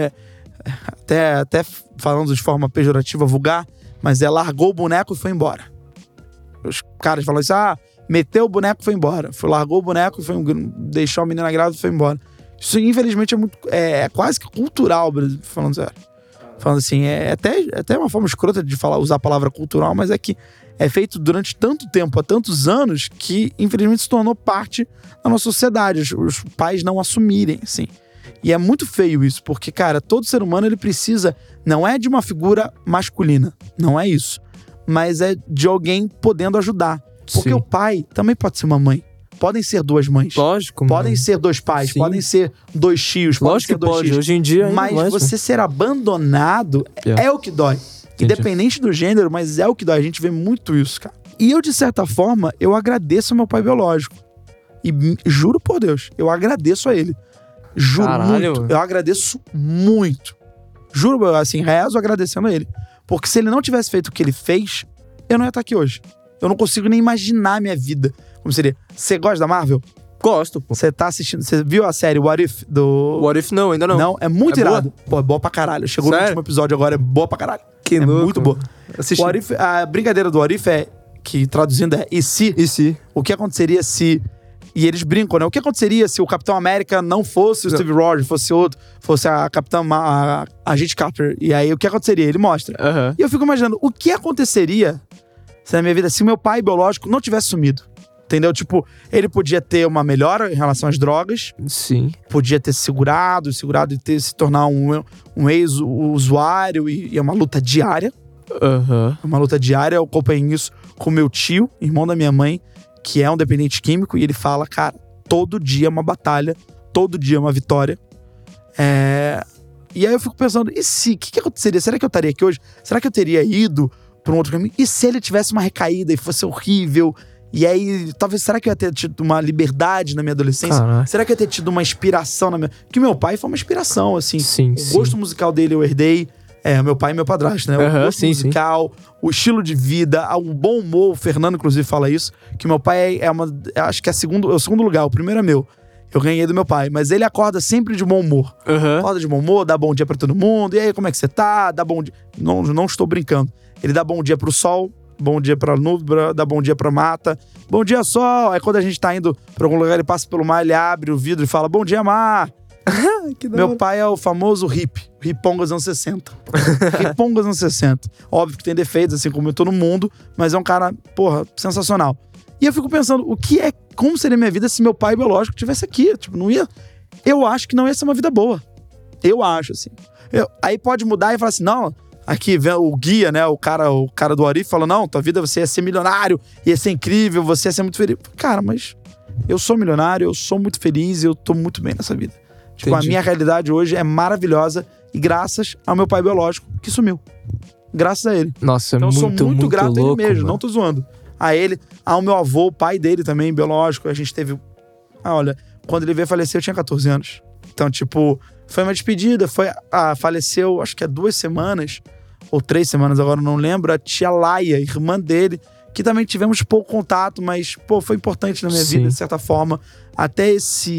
Até falando de forma pejorativa, vulgar, mas largou o boneco e foi embora. Os caras falam assim, meteu o boneco e foi embora. Largou o boneco e deixou a menina grávida e foi embora. Isso, infelizmente, é quase que cultural, falando sério. falando assim, é até uma forma escrota de usar a palavra cultural, mas é que é feito durante tanto tempo, há tantos anos, que infelizmente se tornou parte da nossa sociedade, os pais não assumirem, assim. E é muito feio isso, porque, cara, todo ser humano, ele precisa, não é de uma figura masculina, não é isso, mas é de alguém podendo ajudar. Porque o pai também pode ser uma mãe. Podem ser duas mães. Lógico. Podem ser dois pais, podem ser dois tios, podem ser dois tios. Hoje em dia. Mas você ser abandonado é o que dói. Independente do gênero, mas é o que dói. A gente vê muito isso, cara. E eu, de certa forma, eu agradeço ao meu pai biológico. E juro por Deus, eu agradeço a ele. Juro muito. Eu agradeço muito. Juro, assim, rezo agradecendo a ele. Porque se ele não tivesse feito o que ele fez, eu não ia estar aqui hoje. Eu não consigo nem imaginar a minha vida. Como seria? Você gosta da Marvel? Gosto, pô. Você tá assistindo... Você viu a série What If? What If não, ainda não. Não? É muito irado. Boa? Pô, é boa pra caralho. Chegou no último episódio agora, é boa pra caralho. Que louco. Muito boa. Assisti. What If, a brincadeira do What If é... Que traduzindo é... E se? E se? O que aconteceria se... E eles brincam, né? O que aconteceria se o Capitão América não fosse o Steve Rogers, fosse outro, fosse a Capitã a Agente Carter. E aí, o que aconteceria? Ele mostra. E eu fico imaginando, o que aconteceria se na minha vida, se meu pai biológico não tivesse sumido? Entendeu? Tipo, ele podia ter uma melhora em relação às drogas. Sim. Podia ter segurado e se tornar um ex-usuário. E é uma luta diária. Uma luta diária. Eu acompanhei isso com meu tio, irmão da minha mãe, que é um dependente químico, e ele fala, cara, todo dia é uma batalha, todo dia é uma vitória. E aí eu fico pensando, e se? O que aconteceria? Será que eu estaria aqui hoje? Será que eu teria ido para um outro caminho? E se ele tivesse uma recaída e fosse horrível? E aí, talvez, será que eu ia ter tido uma liberdade na minha adolescência? Caraca. Será que eu ia ter tido uma inspiração na minha... Porque meu pai foi uma inspiração, assim. Sim, o gosto musical dele eu herdei. Meu pai e meu padrasto, né? O gosto musical, o estilo de vida, o bom humor. O Fernando, inclusive, fala isso. Que meu pai acho que é o segundo lugar. O primeiro é meu. Eu ganhei do meu pai. Mas ele acorda sempre de bom humor. Acorda de bom humor, dá bom dia pra todo mundo. E aí, como é que você tá? Dá bom dia. Não estou brincando. Ele dá bom dia pro sol, bom dia pra nuvem, dá bom dia pra mata. Bom dia, sol. Aí quando a gente tá indo pra algum lugar, ele passa pelo mar, ele abre o vidro e fala, bom dia, mar. Meu pai é o famoso hiponga dos anos 60. Hiponga dos anos 60. Óbvio que tem defeitos, assim como todo mundo, mas é um cara, porra, sensacional. E eu fico pensando, como seria minha vida se meu pai biológico estivesse aqui? Tipo, não ia... Eu acho que não ia ser uma vida boa. Eu acho, assim. Aí pode mudar e falar assim, não, aqui vem o guia, né, o cara do Arif fala, não, tua vida você ia ser milionário, ia ser incrível, você ia ser muito feliz. Cara, mas eu sou milionário, eu sou muito feliz e eu tô muito bem nessa vida. Tipo, a minha realidade hoje é maravilhosa e graças ao meu pai biológico que sumiu. Graças a ele. Nossa, então, eu sou muito grato louco, a ele mesmo, mano. Não tô zoando. A ele, ao meu avô, o pai dele também, biológico. A gente teve... olha, quando ele veio falecer, eu tinha 14 anos. Então, tipo, foi uma despedida. Faleceu, acho que há 2 semanas, ou 3 semanas, agora não lembro, a tia Laia, irmã dele, que também tivemos pouco contato, mas, pô, foi importante na minha vida, de certa forma. Até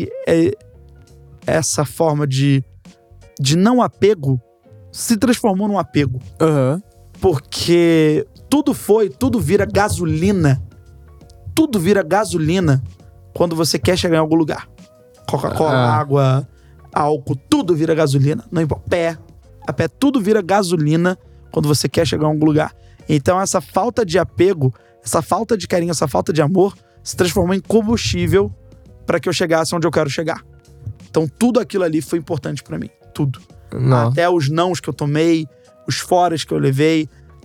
essa forma de não apego se transformou num apego. Porque tudo vira gasolina. Tudo vira gasolina quando você quer chegar em algum lugar. Coca-Cola, água, álcool, tudo vira gasolina. Não importa. A pé, tudo vira gasolina quando você quer chegar em algum lugar. Então essa falta de apego, essa falta de carinho, essa falta de amor se transformou em combustível para que eu chegasse onde eu quero chegar. Então tudo aquilo ali foi importante pra mim. Tudo. Até os nãos que eu tomei, os foras que eu levei,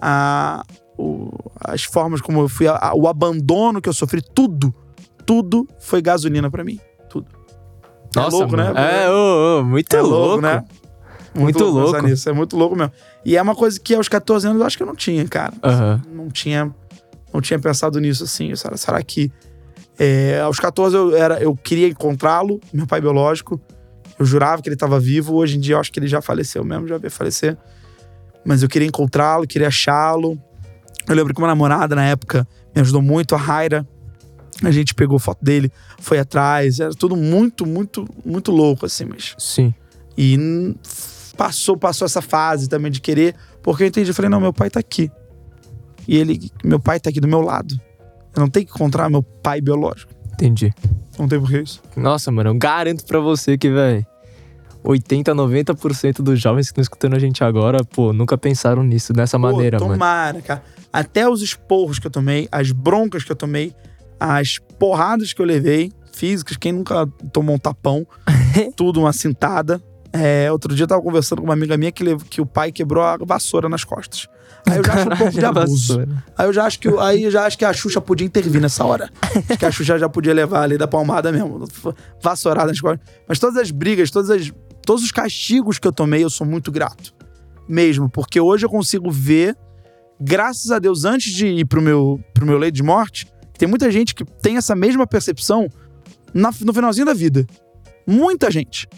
as formas como eu fui, o abandono que eu sofri, tudo foi gasolina pra mim. Tudo. Nossa, é louco, mano. Né? Muito louco, né? Muito louco. Nisso. É muito louco mesmo. E é uma coisa que aos 14 anos eu acho que eu não tinha, cara. Não tinha pensado nisso, assim. Será que... aos 14 eu queria encontrá-lo, meu pai biológico. Eu jurava que ele estava vivo. Hoje em dia eu acho que ele já faleceu mesmo, já veio falecer. Mas eu queria encontrá-lo, queria achá-lo. Eu lembro que uma namorada na época me ajudou muito, a Raira. A gente pegou foto dele, foi atrás. Era tudo muito, muito, muito louco, assim, mas... Sim. E passou essa fase também de querer, porque eu entendi, eu falei, não, meu pai tá aqui. E meu pai tá aqui do meu lado. Eu não tenho que encontrar meu pai biológico. Entendi. Não tem porquê isso. Nossa, mano, eu garanto pra você que, velho, 80, 90% dos jovens que estão escutando a gente agora, pô, nunca pensaram nisso, dessa maneira, mano. Tomara, cara. Até os esporros que eu tomei, as broncas que eu tomei, as porradas que eu levei, físicas, quem nunca tomou um tapão, tudo uma cintada. Outro dia eu tava conversando com uma amiga minha que o pai quebrou a vassoura nas costas. Aí eu já acho um pouco de abuso. Aí eu já acho que a Xuxa podia intervir nessa hora. Acho que a Xuxa já podia levar ali da palmada mesmo. Vassourada nas costas. Mas todas as brigas, todos os castigos que eu tomei, eu sou muito grato. Mesmo, porque hoje eu consigo ver, graças a Deus, antes de ir pro meu leito de morte, tem muita gente que tem essa mesma percepção no finalzinho da vida. Muita gente.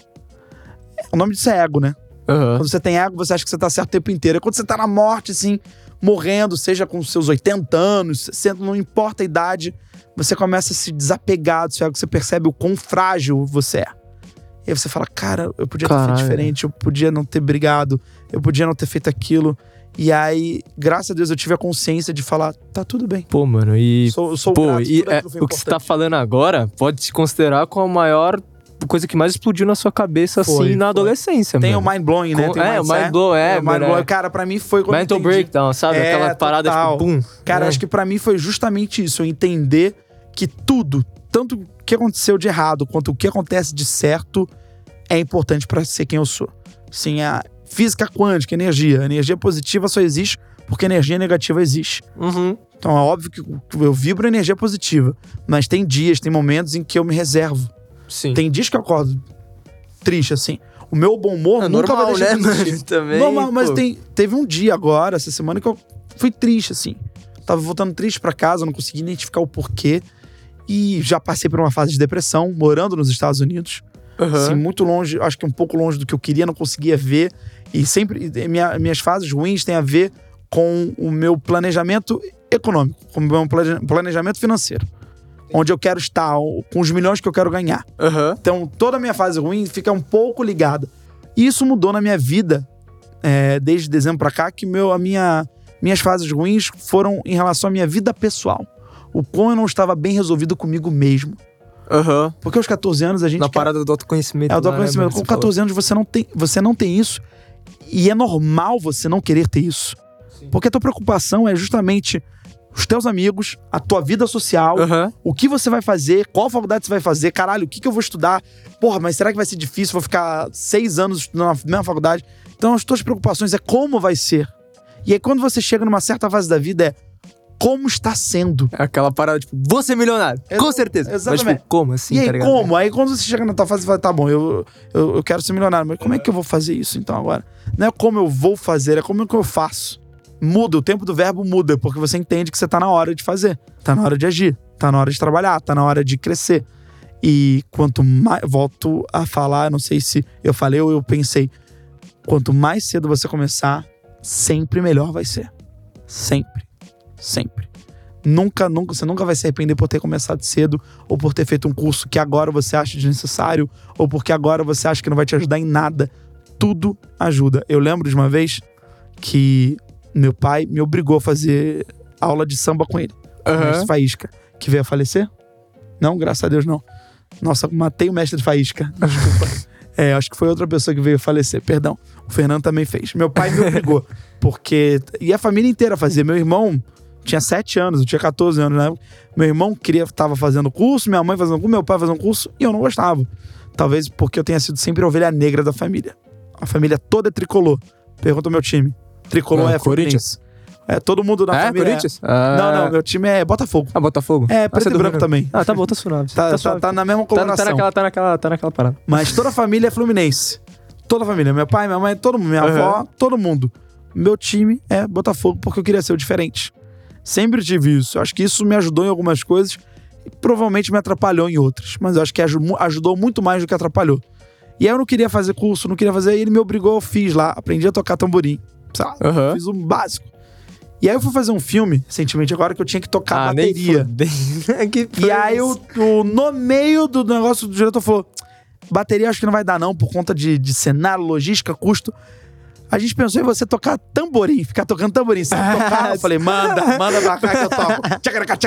O nome disso é ego, né? Uhum. Quando você tem ego, você acha que você tá certo o tempo inteiro. E quando você tá na morte, assim, morrendo, seja com seus 80 anos, não importa a idade, você começa a se desapegar do seu ego, você percebe o quão frágil você é. E aí você fala, cara, eu podia ter feito diferente, eu podia não ter brigado, eu podia não ter feito aquilo. E aí, graças a Deus, eu tive a consciência de falar, tá tudo bem. Pô, mano, e... Sou pô, grato, e o que você tá falando agora pode se considerar como a maior coisa que mais explodiu na sua cabeça, assim, na adolescência, tem mano. o mind-blowing, né? O mind-blowing, mind-blowing. Cara, pra mim foi quando mental breakdown, sabe? Aquela parada, total. tipo, pum. Cara, acho que pra mim foi justamente isso. Eu entender que tudo, tanto o que aconteceu de errado, quanto o que acontece de certo, é importante pra ser quem eu sou. Sim, a física quântica, energia. A energia positiva só existe porque a energia negativa existe. Uhum. Então é óbvio que eu vibro energia positiva. Mas tem dias, tem momentos em que eu me reservo. Sim. Tem dias que eu acordo triste, assim. O meu bom humor nunca normal, vai deixar de existir. Mano, também, normal, mas teve um dia agora, essa semana, que eu fui triste, assim. Tava voltando triste pra casa, não consegui identificar o porquê. E já passei por uma fase de depressão, morando nos Estados Unidos. Uhum. Assim, muito longe, acho que um pouco longe do que eu queria, não conseguia ver. E sempre, minhas fases ruins têm a ver com o meu planejamento econômico, com o meu planejamento financeiro. Onde eu quero estar, com os milhões que eu quero ganhar. Uhum. Então, toda a minha fase ruim fica um pouco ligada. E isso mudou na minha vida, desde dezembro pra cá, que minhas fases ruins foram em relação à minha vida pessoal. O quão eu não estava bem resolvido comigo mesmo. Uhum. Porque aos 14 anos a gente... Na parada do autoconhecimento. O autoconhecimento. Com 14 anos você não tem isso. E é normal você não querer ter isso. Sim. Porque a tua preocupação é justamente os teus amigos, a tua vida social, o que você vai fazer, qual faculdade você vai fazer, caralho, o que eu vou estudar? Porra, mas será que vai ser difícil? Vou ficar 6 anos estudando na mesma faculdade? Então as tuas preocupações é como vai ser. E aí quando você chega numa certa fase da vida como está sendo. É aquela parada, tipo, vou ser milionário, com certeza. Exatamente. Mas, tipo, como assim, e aí, tá ligado? como? Aí quando você chega na tua fase, você fala, tá bom, eu quero ser milionário, mas como é que eu vou fazer isso então agora? Não é como eu vou fazer, é como que eu faço. Muda, o tempo do verbo muda, porque você entende que você tá na hora de fazer, tá na hora de agir, tá na hora de trabalhar, tá na hora de crescer. E quanto mais, volto a falar, não sei se eu falei ou eu pensei, quanto mais cedo você começar, sempre melhor vai ser. Sempre. Sempre. Você nunca vai se arrepender por ter começado cedo, ou por ter feito um curso que agora você acha desnecessário, ou porque agora você acha que não vai te ajudar em nada. Tudo ajuda. Eu lembro de uma vez que meu pai me obrigou a fazer aula de samba com ele. O mestre Faísca, que veio a falecer? Não, graças a Deus não. Nossa, matei o mestre de Faísca. Desculpa. Acho que foi outra pessoa que veio a falecer, perdão. O Fernando também fez. Meu pai me obrigou, porque... E a família inteira fazia. Meu irmão tinha 7 anos, eu tinha 14 anos, né? Meu irmão tava fazendo curso, minha mãe fazendo curso, meu pai fazendo curso, e eu não gostava. Talvez porque eu tenha sido sempre a ovelha negra da família. A família toda é tricolor. Pergunta ao meu time. Tricolor é Corinthians. Todo mundo na família Corinthians? Não, meu time é Botafogo. Botafogo. Preto e branco também. Tá bom, tá suave. Tá na mesma coloração. Tá naquela parada. Mas toda a família é fluminense. Toda a família. Meu pai, minha mãe, todo mundo. Minha avó, todo mundo. Meu time é Botafogo porque eu queria ser o diferente. Sempre tive isso. Eu acho que isso me ajudou em algumas coisas e provavelmente me atrapalhou em outras. Mas eu acho que ajudou muito mais do que atrapalhou. E aí eu não queria fazer curso, não queria fazer. E ele me obrigou, eu fiz lá. Aprendi a tocar tamborim. Sei lá, fiz um básico. E aí eu fui fazer um filme, recentemente agora, que eu tinha que tocar bateria. E aí no meio do negócio, o diretor falou, bateria acho que não vai dar não, por conta de cenário, logística, custo. A gente pensou em você tocar tamborim, ficar tocando tamborim. Sabe tocar? Eu falei, manda pra cá que eu toco.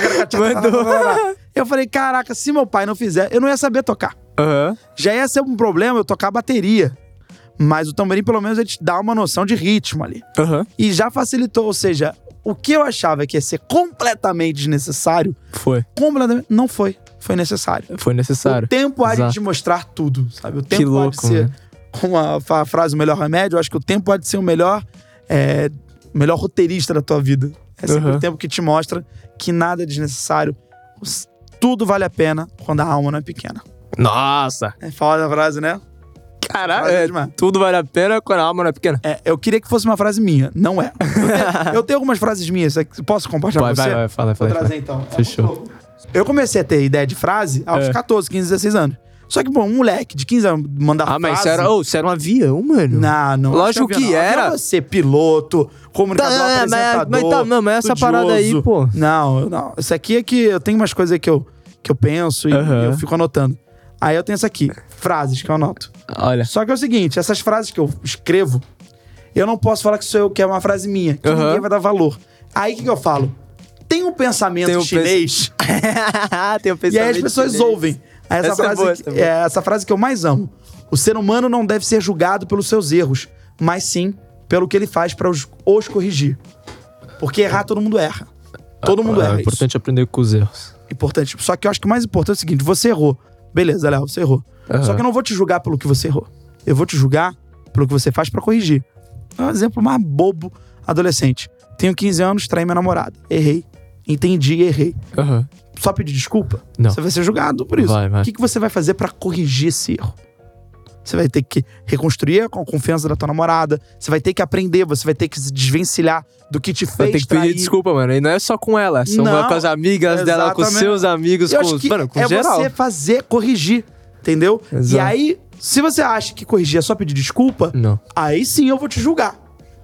Eu falei, caraca, se meu pai não fizer, eu não ia saber tocar. Já ia ser um problema eu tocar bateria. Mas o tamborim, pelo menos, ele te dá uma noção de ritmo ali. E já facilitou, ou seja, o que eu achava que ia ser completamente desnecessário... Completamente... Não foi. Foi necessário. Foi necessário. O tempo há de te mostrar tudo, sabe? O tempo que louco, pode ser... Com a frase, o melhor remédio, eu acho que o tempo pode ser o melhor roteirista da tua vida. É sempre o tempo que te mostra que nada é desnecessário. Tudo vale a pena quando a alma não é pequena. Nossa! É foda a frase, né? Caralho, tudo vale a pena quando a alma não é pequena. Eu queria que fosse uma frase minha, não é. Eu tenho algumas frases minhas, posso compartilhar com você? Vai, fala. Vou trazer então. Fechou. Eu comecei a ter ideia de frase aos 14, 15, 16 anos. Só que, bom, um moleque de 15 anos mandar frase... mas você era um avião, mano. Não. Lógico que era. Avião é você, piloto, comunicador, apresentador, mas essa parada aí, pô. Não. Isso aqui é que eu tenho umas coisas que eu penso e eu fico anotando. Aí eu tenho essa aqui, frases que eu anoto. Olha. Só que é o seguinte, essas frases que eu escrevo, eu não posso falar que sou eu, que é uma frase minha, que ninguém vai dar valor. Aí o que eu falo? Tem um pensamento chinês. Tem um pensamento. E aí as pessoas ouvem. Essa frase que eu mais amo. O ser humano não deve ser julgado pelos seus erros, mas sim pelo que ele faz para os corrigir. Porque errar, todo mundo erra. Todo mundo erra. É importante aprender com os erros. Importante. Só que eu acho que o mais importante é o seguinte: você errou. Beleza, Léo, você errou. Só que eu não vou te julgar pelo que você errou. Eu vou te julgar pelo que você faz pra corrigir. É um exemplo mais bobo, adolescente. Tenho 15 anos, traí minha namorada. Errei. Entendi, errei. Só pedir desculpa? Não. Você vai ser julgado por isso. Vai. O que você vai fazer pra corrigir esse erro? Você vai ter que reconstruir a confiança da tua namorada. Você vai ter que aprender, você vai ter que se desvencilhar do que te fez trair. Tem que pedir desculpa, mano. E não é só com ela. São com as amigas dela, com seus amigos, com geral. Você fazer, corrigir. Entendeu? Exato. E aí, se você acha que corrigir é só pedir desculpa, aí sim eu vou te julgar.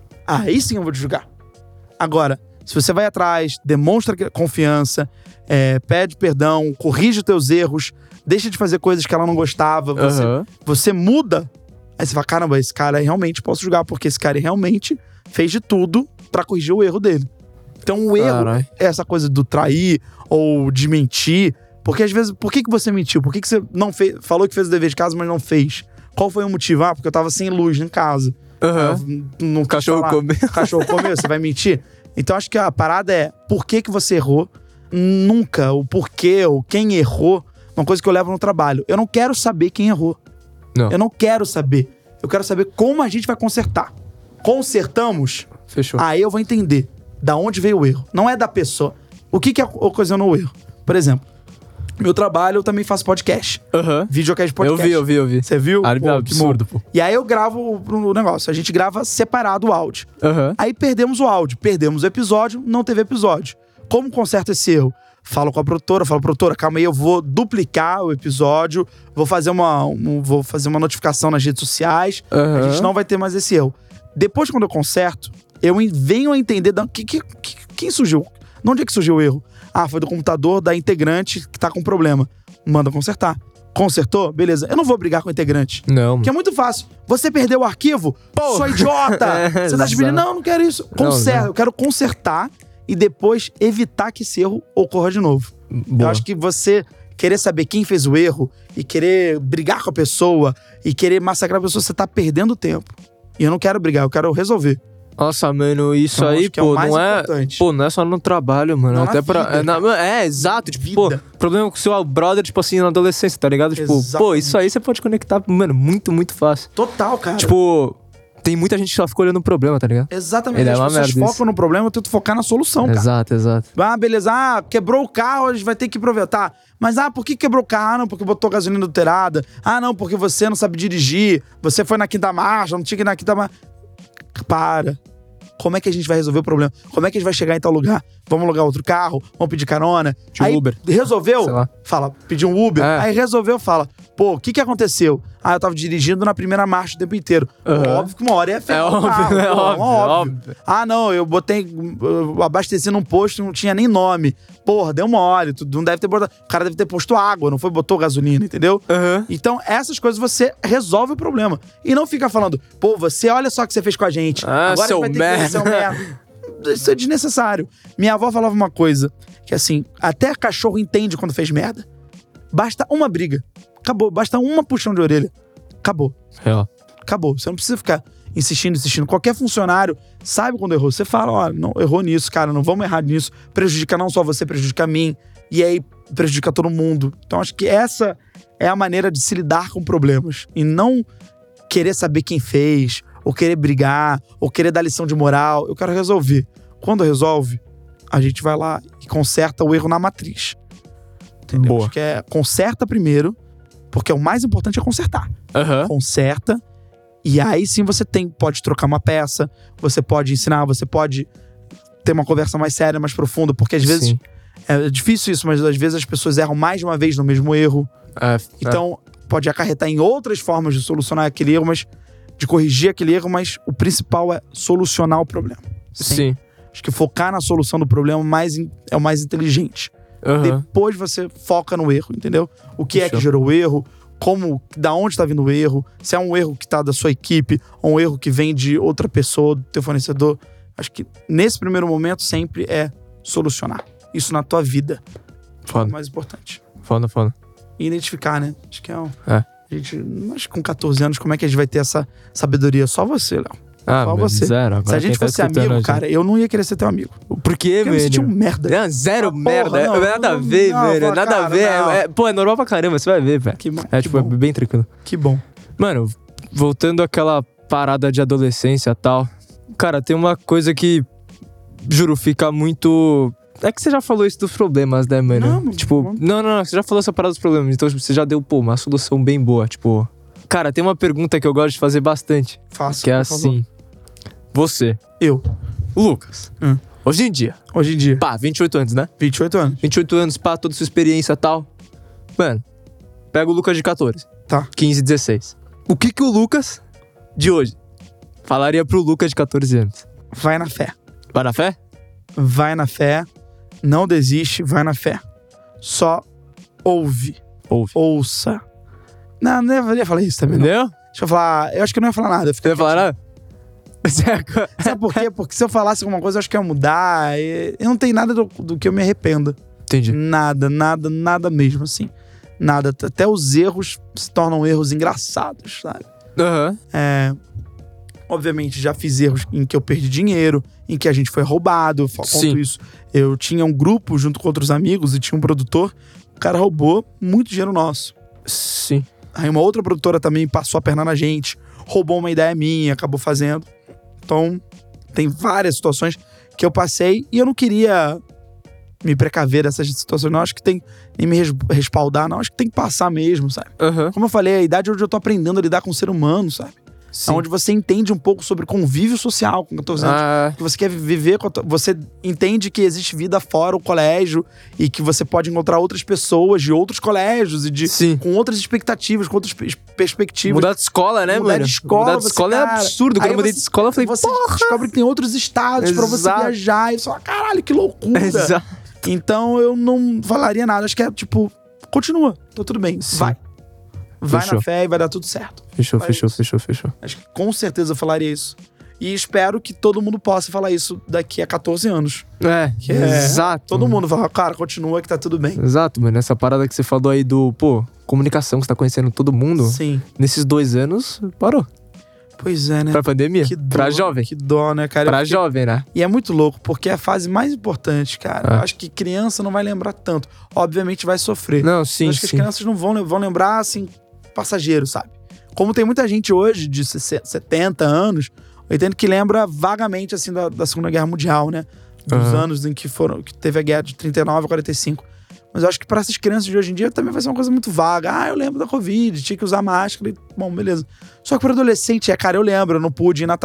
Agora, se você vai atrás, demonstra confiança, pede perdão, corrige os teus erros, deixa de fazer coisas que ela não gostava, você muda, aí você fala, caramba, esse cara realmente posso julgar, porque esse cara realmente fez de tudo pra corrigir o erro dele. Então o erro é essa coisa do trair ou de mentir, porque às vezes, por que você mentiu? Por que você não fez, falou que fez o dever de casa, mas não fez? Qual foi o motivo? Porque eu tava sem luz em casa. Cachorro comeu, você vai mentir? Então acho que a parada é, por que você errou? Nunca, o porquê, ou quem errou, uma coisa que eu levo no trabalho. Eu não quero saber quem errou. Eu não quero saber. Eu quero saber como a gente vai consertar. Consertamos? Fechou. Aí eu vou entender da onde veio o erro. Não é da pessoa. O que ocasionou o erro? Por exemplo, meu trabalho, eu também faço podcast. Videocast de podcast. Eu vi. Você viu? Absurdo, pô. E aí eu gravo o negócio. A gente grava separado o áudio. Aí perdemos o áudio. Perdemos o episódio, não teve episódio. Como conserta esse erro? Falo com a produtora, produtora, calma aí, eu vou duplicar o episódio, vou fazer uma notificação nas redes sociais, a gente não vai ter mais esse erro. Depois, quando eu conserto, eu venho a entender quem surgiu. De onde é que surgiu o erro? Foi do computador da integrante que tá com problema. Manda consertar. Consertou? Beleza. Eu não vou brigar com o integrante. Não. Porque é muito fácil. Você perdeu o arquivo? Sou idiota! Você tá te pedindo? Não quero isso. Conserta. Eu quero consertar e depois evitar que esse erro ocorra de novo. Eu acho que você querer saber quem fez o erro e querer brigar com a pessoa e querer massacrar a pessoa, você tá perdendo tempo. E eu não quero brigar, eu quero resolver. Nossa, mano, isso então, aí, pô, não é só no trabalho, mano. Até exato. Tipo, problema com o seu brother, tipo assim, na adolescência, tá ligado? Tipo, isso aí você pode conectar, mano, muito, muito fácil. Total, cara. Tipo, tem muita gente que só fica olhando o problema, tá ligado? Exatamente. As pessoas focam no problema, eu tento focar na solução, cara. Exato. Beleza. Quebrou o carro, a gente vai ter que aproveitar. Mas, por que quebrou o carro? Não, porque botou gasolina adulterada. Não, porque você não sabe dirigir. Você foi na quinta marcha, não tinha que ir na quinta marcha. Para. Como é que a gente vai resolver o problema? Como é que a gente vai chegar em tal lugar? Vamos alugar outro carro? Vamos pedir carona? Aí, Uber. Resolveu? Fala, pedir um Uber. Aí resolveu, fala, o que aconteu? Eu tava dirigindo na primeira marcha o tempo inteiro. Óbvio que uma hora ia ferrar o carro. É óbvio. Não, eu abasteci num posto e não tinha nem nome. Porra, deu mole. Não deve ter botado. O cara deve ter posto água, não botou gasolina, entendeu? Então, essas coisas você resolve o problema. E não fica falando, você olha só o que você fez com a gente. Agora seu vai ter que ser um merda. Isso é desnecessário. Minha avó falava uma coisa, que assim, até cachorro entende quando fez merda. Basta uma briga. Acabou. Basta uma puxão de orelha. Acabou. Acabou. Você não precisa ficar insistindo. Qualquer funcionário sabe quando errou. Você fala, ó, não, errou nisso, cara, não vamos errar nisso. Prejudica não só você, prejudica a mim. E aí prejudica todo mundo. Então acho que essa é a maneira de se lidar com problemas. E não querer saber quem fez, ou querer brigar, ou querer dar lição de moral. Eu quero resolver. Quando resolve, a gente vai lá e conserta o erro na matriz. Entendeu? Boa. Acho que conserta primeiro, porque o mais importante é consertar. Conserta, e aí sim você pode trocar uma peça, você pode ensinar, você pode ter uma conversa mais séria, mais profunda, porque às vezes é difícil isso, mas às vezes as pessoas erram mais de uma vez no mesmo erro. Então pode acarretar em outras formas de solucionar aquele erro, de corrigir aquele erro, mas o principal é solucionar o problema. Sim. Acho que focar na solução do problema é o mais inteligente. Depois você foca no erro, entendeu? O que é que gerou o erro, da onde está vindo o erro, se é um erro que está da sua equipe, ou um erro que vem de outra pessoa, do teu fornecedor. Acho que nesse primeiro momento sempre é solucionar. Isso na tua vida. É o mais importante. Foda. E identificar, né? Acho que acho que com 14 anos, como é que a gente vai ter essa sabedoria? Só você, Léo. Só você. Zero. Se a gente fosse amigo, cara, eu não ia querer ser teu amigo. Por quê, velho? Eu me senti um merda. Não, zero merda. Nada a ver, velho. Nada a ver. É normal pra caramba, você vai ver, velho. Que bom. É bem tranquilo. Que bom. Mano, voltando àquela parada de adolescência e tal. Cara, tem uma coisa que, juro, fica muito... É que você já falou isso dos problemas, né, mano? Não. Você já falou essa parada dos problemas. Então, você já deu, uma solução bem boa. Cara, tem uma pergunta que eu gosto de fazer bastante. Faço. Que é assim... Você. Eu. O Lucas. Hoje em dia. 28 anos, né? 28 anos. 28 anos, toda sua experiência e tal. Mano, pega o Lucas de 14. Tá. 15, 16. O que o Lucas de hoje falaria pro Lucas de 14 anos? Vai na fé. Vai na fé? Vai na fé. Não desiste, vai na fé. Só ouve. Ouça. Não ia falar isso também, não. Entendeu? Deixa eu falar. Eu acho que eu não ia falar nada. Você ia falar nada? Sabe por quê? Porque se eu falasse alguma coisa, eu acho que ia mudar. E não tem nada do que eu me arrependa. Entendi. Nada mesmo, assim. Nada. Até os erros se tornam erros engraçados, sabe? Obviamente, já fiz erros em que eu perdi dinheiro, em que a gente foi roubado. Eu conto isso. Eu tinha um grupo junto com outros amigos e tinha um produtor. O cara roubou muito dinheiro nosso. Sim. Aí uma outra produtora também passou a perna na gente, roubou uma ideia minha, acabou fazendo. Então, tem várias situações que eu passei e eu não queria me precaver dessas situações. Não acho que tem nem me respaldar, não. Acho que tem que passar mesmo, sabe? Como eu falei, a idade onde eu tô aprendendo a lidar com o ser humano, sabe? Sim. Onde você entende um pouco sobre convívio social com 14 anos. Que você quer viver, você entende que existe vida fora o colégio e que você pode encontrar outras pessoas de outros colégios e com outras expectativas, com outras perspectivas. Mudar de escola, né, mudar mano? De escola, mudar de escola é absurdo. Quando eu mudei de escola, eu falei, você descobre que tem outros estados pra você viajar. E você fala, caralho, que loucura. Exato. Então eu não falaria nada. Acho que é continua, tá tudo bem, vai na fé e vai dar tudo certo. Fechou. Acho que com certeza eu falaria isso. E espero que todo mundo possa falar isso daqui a 14 anos. Exato. Todo mundo fala, cara, continua que tá tudo bem. Exato, mano. Essa parada que você falou aí do, comunicação, que você tá conhecendo todo mundo. Sim. Nesses 2 anos, parou. Pois é, né? Pra pandemia. Que dó, pra jovem. Que dó, né, cara? Pra jovem, né? E é muito louco, porque é a fase mais importante, cara. Eu acho que criança não vai lembrar tanto. Obviamente vai sofrer. Não, sim, eu acho que as crianças não vão lembrar, assim, passageiro, sabe? Como tem muita gente hoje de 70 anos, 80, que lembra vagamente, assim, da Segunda Guerra Mundial, né? Dos anos em que teve a guerra de 39 a 45. Mas eu acho que para essas crianças de hoje em dia também vai ser uma coisa muito vaga. Eu lembro da Covid, tinha que usar máscara. Bom, beleza. Só que para adolescente, cara, eu lembro, eu não pude ir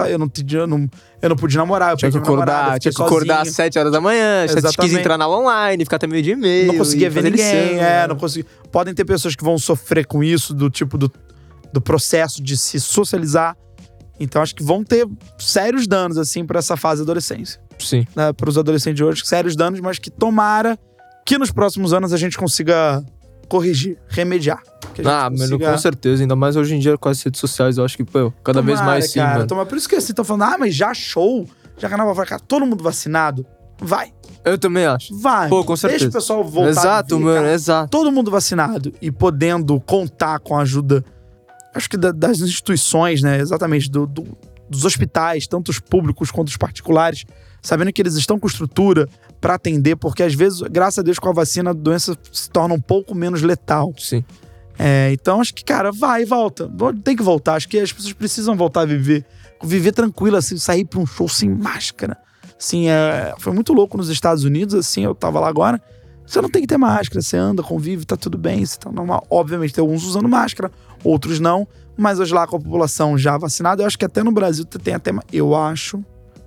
eu não pude namorar. Tinha que acordar às 7 horas da manhã, você quis entrar na aula online, ficar até meio dia e meio. Não conseguia ver ninguém, não conseguia. Podem ter pessoas que vão sofrer com isso, do tipo do processo de se socializar. Então acho que vão ter sérios danos, assim, para essa fase da adolescência. Sim. Né? Para os adolescentes de hoje, sérios danos, mas que tomara que nos próximos anos a gente consiga corrigir, remediar. Mano, com certeza. Ainda mais hoje em dia com as redes sociais, eu acho que, cada vez mais sim, cara, mano. Por isso que assim, estão falando, mas já show, já carnaval vai ficar todo mundo vacinado. Vai. Eu também acho. Vai. Com certeza. Deixa o pessoal voltar. Exato, mano, exato. Todo mundo vacinado e podendo contar com a ajuda acho que das instituições, né? Exatamente, dos hospitais, tanto os públicos quanto os particulares, sabendo que eles estão com estrutura para atender, porque às vezes, graças a Deus, com a vacina, a doença se torna um pouco menos letal. Sim. Então, acho que, cara, vai e volta. Tem que voltar. Acho que as pessoas precisam voltar a viver. Viver tranquilo, assim, sair pra um show sem máscara. Assim, foi muito louco nos Estados Unidos, assim, eu tava lá agora. Você não tem que ter máscara, você anda, convive, tá tudo bem, você tá normal. Obviamente, tem alguns usando máscara, outros não. Mas hoje lá, com a população já vacinada, eu acho que até no Brasil tem até... Eu acho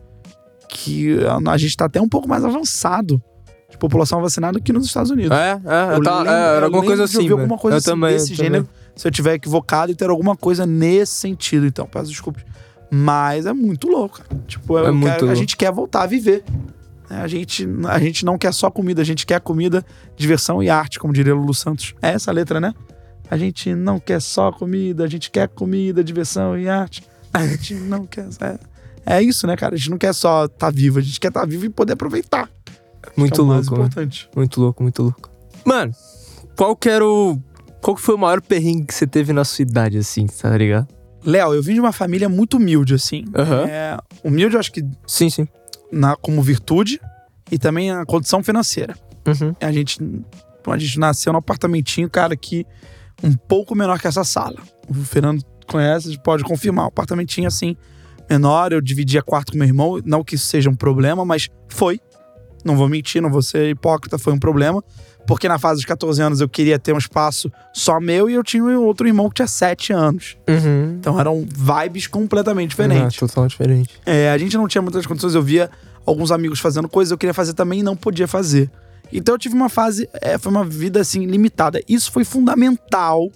que a gente tá até um pouco mais avançado de população vacinada que nos Estados Unidos. Era alguma coisa assim. Eu vi alguma coisa assim, também, desse gênero. Se eu tiver equivocado e ter alguma coisa nesse sentido, então, peço desculpas. Mas é muito louco, cara. Tipo, a gente quer voltar a viver. A gente não quer só comida, a gente quer comida, diversão e arte, como diria Lulu Santos. É essa a letra, né? A gente não quer só comida, a gente quer comida, diversão e arte. A gente não quer... É isso, né, cara? A gente não quer só estar vivo, a gente quer estar vivo e poder aproveitar. Muito louco, mais importante. Muito louco, muito louco. Mano, qual que foi o maior perrengue que você teve na sua idade, assim, tá ligado? Léo, eu vim de uma família muito humilde, assim. Humilde, eu acho que... Sim, sim. Como virtude e também a condição financeira. Uhum. A gente nasceu num apartamentinho, cara, que um pouco menor que essa sala. O Fernando conhece, pode confirmar. Um apartamentinho, assim, menor. Eu dividia quarto com meu irmão. Não que isso seja um problema, mas foi. Não vou mentir, não vou ser hipócrita, foi um problema. Porque na fase dos 14 anos eu queria ter um espaço só meu e eu tinha outro irmão que tinha 7 anos. Uhum. Então eram vibes completamente diferentes. Totalmente diferente. A gente não tinha muitas condições, eu via alguns amigos fazendo coisas, eu queria fazer também e não podia fazer. Então eu tive uma fase, foi uma vida assim, limitada. Isso foi fundamental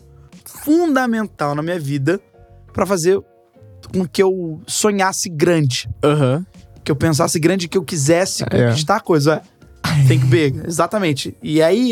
na minha vida pra fazer com que eu sonhasse grande. Aham. Que eu pensasse grande, que eu quisesse conquistar a coisa. Think big, exatamente. E aí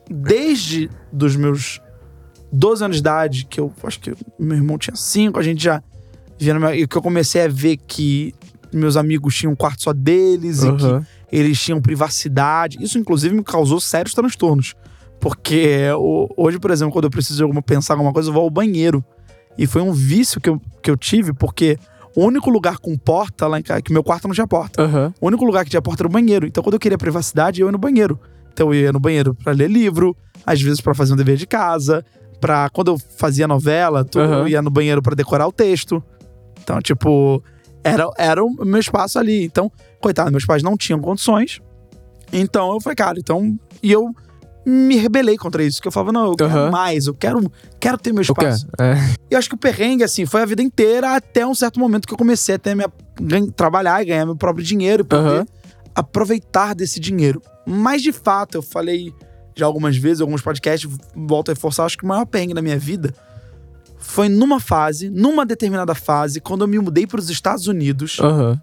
desde dos meus 12 anos de idade, que eu acho que meu irmão tinha 5, a gente já via e que eu comecei a ver que meus amigos tinham um quarto só deles e que eles tinham privacidade. Isso, inclusive, me causou sérios transtornos. Porque hoje, por exemplo, quando eu preciso pensar em alguma coisa, eu vou ao banheiro. E foi um vício que eu tive, porque o único lugar com porta lá em casa, que meu quarto não tinha porta. O único lugar que tinha porta era o banheiro. Então, quando eu queria privacidade, eu ia no banheiro. Então, eu ia no banheiro pra ler livro, às vezes pra fazer um dever de casa, quando eu fazia novela, eu ia no banheiro pra decorar o texto. Então, tipo, era o meu espaço ali. Então, coitado, meus pais não tinham condições. Então, eu falei, cara, e eu me rebelei contra isso. Que eu falava, não, eu quero mais, eu quero ter meu espaço. E eu acho que o perrengue, assim, foi a vida inteira até um certo momento que eu comecei a trabalhar e ganhar meu próprio dinheiro e poder aproveitar desse dinheiro. Mas, de fato, eu falei já algumas vezes, alguns podcasts, volto a reforçar, acho que o maior perrengue da minha vida foi numa determinada fase, quando eu me mudei para os Estados Unidos.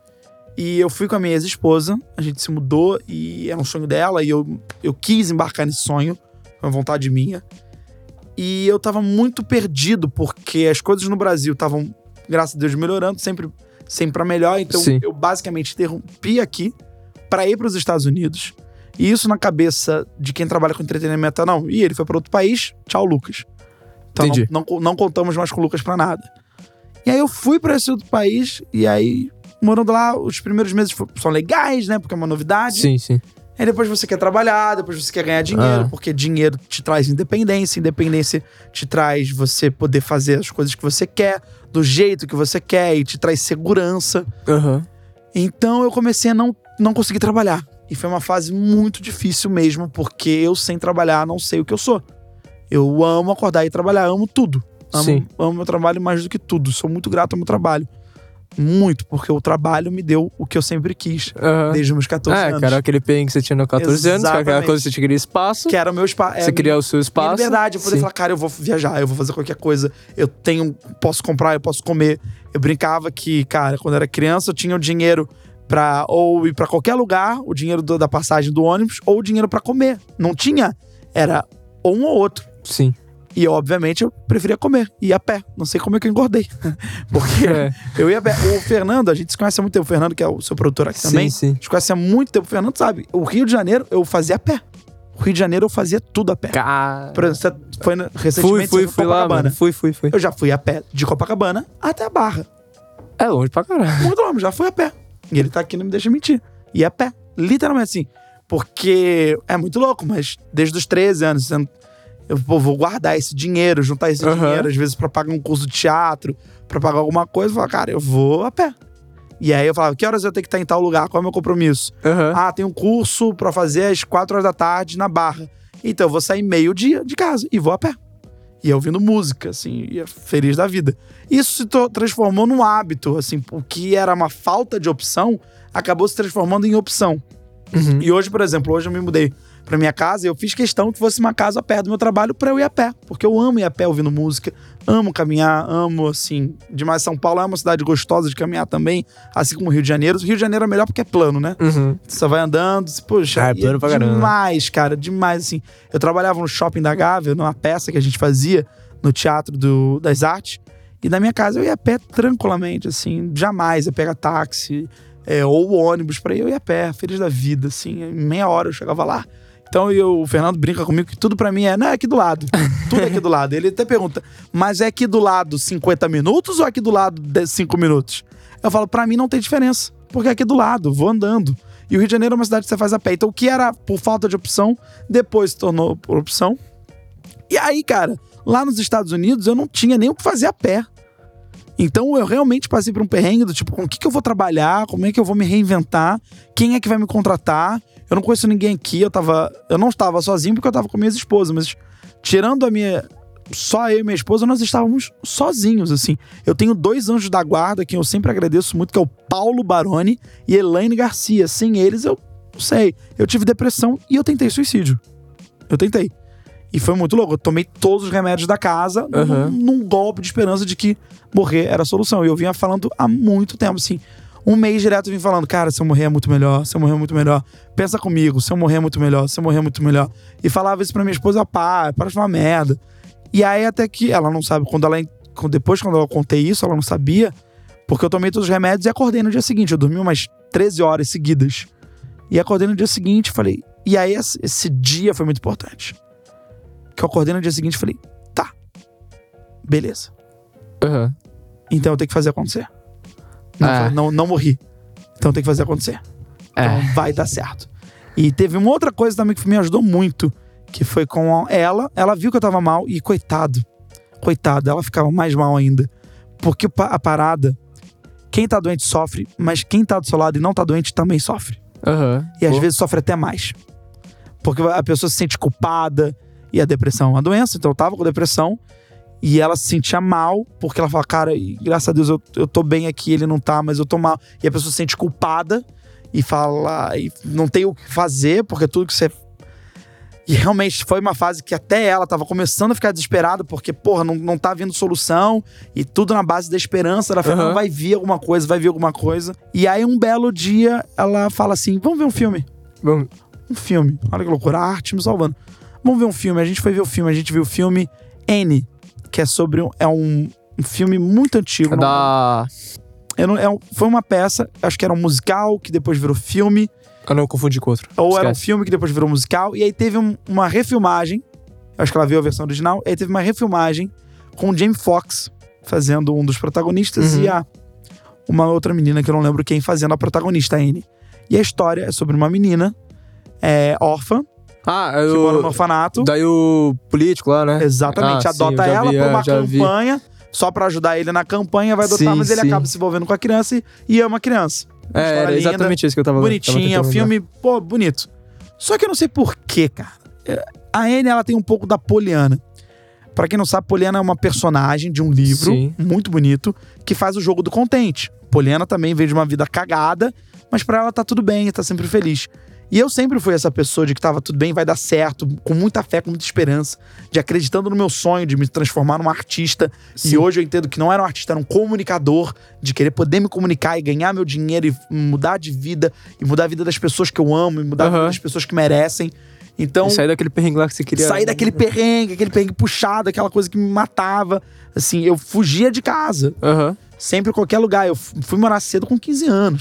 E eu fui com a minha ex-esposa, a gente se mudou e era um sonho dela e eu quis embarcar nesse sonho, foi uma vontade minha. E eu tava muito perdido, porque as coisas no Brasil estavam, graças a Deus, melhorando, sempre pra melhor. Então eu basicamente interrompi aqui pra ir pros Estados Unidos. E isso na cabeça de quem trabalha com entretenimento, não. E ele foi pra outro país, tchau, Lucas. Então não contamos mais com o Lucas pra nada. E aí eu fui pra esse outro país e aí... Morando lá, os primeiros meses são legais, né? Porque é uma novidade. Sim, sim. Aí depois você quer trabalhar, depois você quer ganhar dinheiro, porque dinheiro te traz independência te traz você poder fazer as coisas que você quer, do jeito que você quer, e te traz segurança. Então eu comecei a não conseguir trabalhar. E foi uma fase muito difícil mesmo, porque eu, sem trabalhar, não sei o que eu sou. Eu amo acordar e trabalhar, amo tudo. Amo meu trabalho mais do que tudo. Sou muito grato ao meu trabalho. Muito, porque o trabalho me deu o que eu sempre quis, desde os meus 14 anos. Que era aquele pen que você tinha nos 14 anos, que era aquela coisa que você queria espaço. Que era o meu espaço. Você queria o seu espaço. Minha liberdade, eu poder falar, cara, eu vou viajar, eu vou fazer qualquer coisa. Posso comprar, eu posso comer. Eu brincava que, cara, quando eu era criança, eu tinha o dinheiro pra ou ir pra qualquer lugar, o dinheiro da passagem do ônibus, ou o dinheiro pra comer. Não tinha, era um ou outro. Sim. E, obviamente, eu preferia comer. Ia a pé. Não sei como é que eu engordei. Porque eu ia a pé. O Fernando, a gente se conhece há muito tempo. O Fernando, que é o seu produtor aqui também. Sim. A gente se conhece há muito tempo. O Fernando sabe. O Rio de Janeiro, eu fazia a pé. O Rio de Janeiro eu fazia tudo a pé. Por exemplo, você foi recentemente Fui lá, Copacabana. mano. Fui. Eu já fui a pé de Copacabana até a Barra. É longe pra caralho. Muito longe, já fui a pé. E ele tá aqui, não me deixa mentir. E a pé. Literalmente assim. Porque é muito louco, mas desde os 13 anos, eu vou guardar esse dinheiro, juntar esse dinheiro, às vezes pra pagar um curso de teatro, pra pagar alguma coisa. Eu falo, cara, eu vou a pé. E aí eu falava, que horas eu tenho que estar em tal lugar? Qual é o meu compromisso? Ah, tem um curso pra fazer às 4 horas da tarde na Barra. Então eu vou sair meio-dia de casa e vou a pé. E eu ouvindo música, assim, e feliz da vida. Isso se transformou num hábito, assim, o que era uma falta de opção, acabou se transformando em opção. E hoje, por exemplo, hoje eu me mudei pra minha casa e eu fiz questão que fosse uma casa perto do meu trabalho pra eu ir a pé. Porque eu amo ir a pé ouvindo música, amo caminhar, amo, assim, demais. São Paulo é uma cidade gostosa de caminhar também, assim como o Rio de Janeiro. O Rio de Janeiro é melhor porque é plano, né? Você só vai andando, poxa, é plano pra caramba. Demais, cara, demais, assim. Eu trabalhava no Shopping da Gávea, numa peça que a gente fazia no Teatro das Artes, e da minha casa eu ia a pé tranquilamente, assim, jamais ia pegar táxi ou ônibus pra ir, eu ia a pé, feliz da vida, assim, em meia hora eu chegava lá. Então o Fernando brinca comigo que tudo pra mim não, é aqui do lado. Tudo é aqui do lado. Ele até pergunta, mas é aqui do lado 50 minutos ou aqui do lado 5 minutos? Eu falo, pra mim não tem diferença, porque é aqui do lado, vou andando. E o Rio de Janeiro é uma cidade que você faz a pé. Então o que era por falta de opção, depois se tornou por opção. E aí, cara, lá nos Estados Unidos eu não tinha nem o que fazer a pé. Então eu realmente passei por um perrengue do tipo, com o que eu vou trabalhar, como é que eu vou me reinventar, quem é que vai me contratar. Eu não conheço ninguém aqui, eu não estava sozinho porque eu estava com minhas esposas, mas tirando só eu e minha esposa, nós estávamos sozinhos, assim. Eu tenho 2 anjos da guarda, que eu sempre agradeço muito, que é o Paulo Baroni e Elaine Garcia. Sem eles, eu não sei, eu tive depressão e eu tentei suicídio. Eu tentei. E foi muito louco, eu tomei todos os remédios da casa num golpe de esperança de que morrer era a solução. E eu vinha falando há muito tempo, assim, 1 mês direto eu vim falando, cara, se eu morrer é muito melhor, se eu morrer é muito melhor. Pensa comigo, se eu morrer é muito melhor, se eu morrer é muito melhor. E falava isso pra minha esposa, pá, para de falar merda. E aí até que ela não sabe, depois quando eu contei isso, ela não sabia, porque eu tomei todos os remédios e acordei no dia seguinte. Eu dormi umas 13 horas seguidas. E acordei no dia seguinte e falei, e aí esse dia foi muito importante. Que eu acordei no dia seguinte e falei, tá, beleza. Então eu tenho que fazer acontecer. Não morri. Então tem que fazer acontecer. Então vai dar certo. E teve uma outra coisa também que me ajudou muito, que foi com ela. Ela viu que eu tava mal e coitada, ela ficava mais mal ainda. Porque a parada, quem tá doente sofre, mas quem tá do seu lado e não tá doente também sofre. E às vezes sofre até mais. Porque a pessoa se sente culpada, e a depressão é uma doença, então eu tava com depressão. E ela se sentia mal, porque ela fala, cara, graças a Deus eu tô bem aqui, ele não tá, mas eu tô mal. E a pessoa se sente culpada e fala, e não tem o que fazer, porque tudo que você... E realmente foi uma fase que até ela tava começando a ficar desesperada, porque, porra, não tá vindo solução, e tudo na base da esperança. Ela fala, não, vai vir alguma coisa. E aí um belo dia ela fala assim, vamos ver um filme. Um filme, olha que loucura, a arte me salvando. Vamos ver um filme, a gente foi ver o filme, a gente viu o filme N, que é sobre um filme muito antigo. Foi uma peça, acho que era um musical, que depois virou filme. Eu não confundi com outro. Ou era um filme que depois virou musical. E aí teve uma refilmagem, acho que ela viu a versão original, e aí teve uma refilmagem com o Jamie Foxx fazendo um dos protagonistas e uma outra menina que eu não lembro quem fazendo a protagonista, a Anne. E a história é sobre uma menina órfã, que mora no orfanato. Daí o político lá, né? Exatamente, adota ela pra uma campanha, só pra ajudar ele na campanha, vai adotar, mas ele acaba se envolvendo com a criança e ama a criança. Era linda, exatamente isso que eu tava bonitinha, o filme, pô, bonito. Só que eu não sei porquê, cara. A Anne, ela tem um pouco da Poliana. Pra quem não sabe, Poliana é uma personagem de um livro muito bonito, que faz o jogo do contente. Poliana também veio de uma vida cagada, mas pra ela tá tudo bem, tá sempre feliz. E eu sempre fui essa pessoa de que tava tudo bem, vai dar certo, com muita fé, com muita esperança, de acreditando no meu sonho de me transformar num artista. E hoje eu entendo que não era um artista, era um comunicador, de querer poder me comunicar e ganhar meu dinheiro e mudar de vida, e mudar a vida das pessoas que eu amo, e mudar a vida das pessoas que merecem. Então, e sair daquele perrengue lá que você queria. Sair daquele perrengue, aquele perrengue puxado, aquela coisa que me matava. Assim, eu fugia de casa. Sempre em qualquer lugar. Eu fui morar cedo com 15 anos.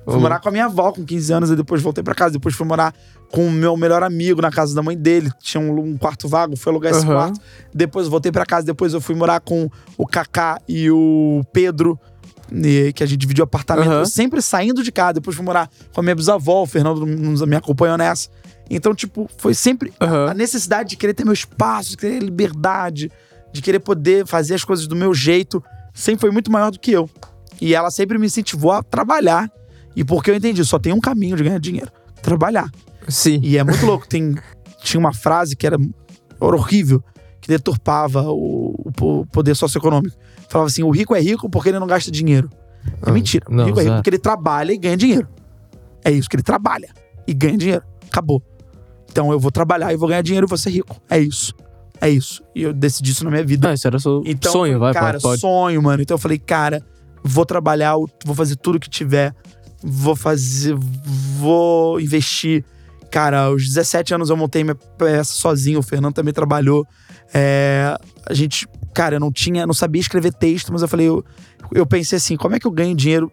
Fui morar com a minha avó com 15 anos, e depois voltei pra casa. Depois fui morar com o meu melhor amigo na casa da mãe dele. Tinha um quarto vago, fui alugar esse quarto. Depois eu voltei pra casa, depois eu fui morar com o Kaká e o Pedro, que a gente dividiu apartamento. Eu sempre saindo de casa. Depois fui morar com a minha bisavó, o Fernando me acompanhou nessa. Então, tipo, foi sempre a necessidade de querer ter meu espaço, de querer liberdade, de querer poder fazer as coisas do meu jeito. Sempre foi muito maior do que eu. E ela sempre me incentivou a trabalhar. E porque eu entendi, só tem um caminho de ganhar dinheiro: trabalhar. Sim. E é muito louco. Tinha uma frase que era horrível, que deturpava o poder socioeconômico. Falava assim: o rico é rico porque ele não gasta dinheiro. É mentira. O rico é rico porque ele trabalha e ganha dinheiro. É isso, que ele trabalha e ganha dinheiro. Acabou. Então eu vou trabalhar e vou ganhar dinheiro e vou ser rico. É isso. É isso. E eu decidi isso na minha vida. Isso era seu sonho, vai, cara, pode. Sonho, mano. Então eu falei, cara, vou trabalhar, vou fazer tudo que tiver. Vou investir. Cara, aos 17 anos eu montei minha peça sozinho. O Fernando também trabalhou. A gente, cara, eu não sabia escrever texto, mas eu falei, eu pensei assim, como é que eu ganho dinheiro?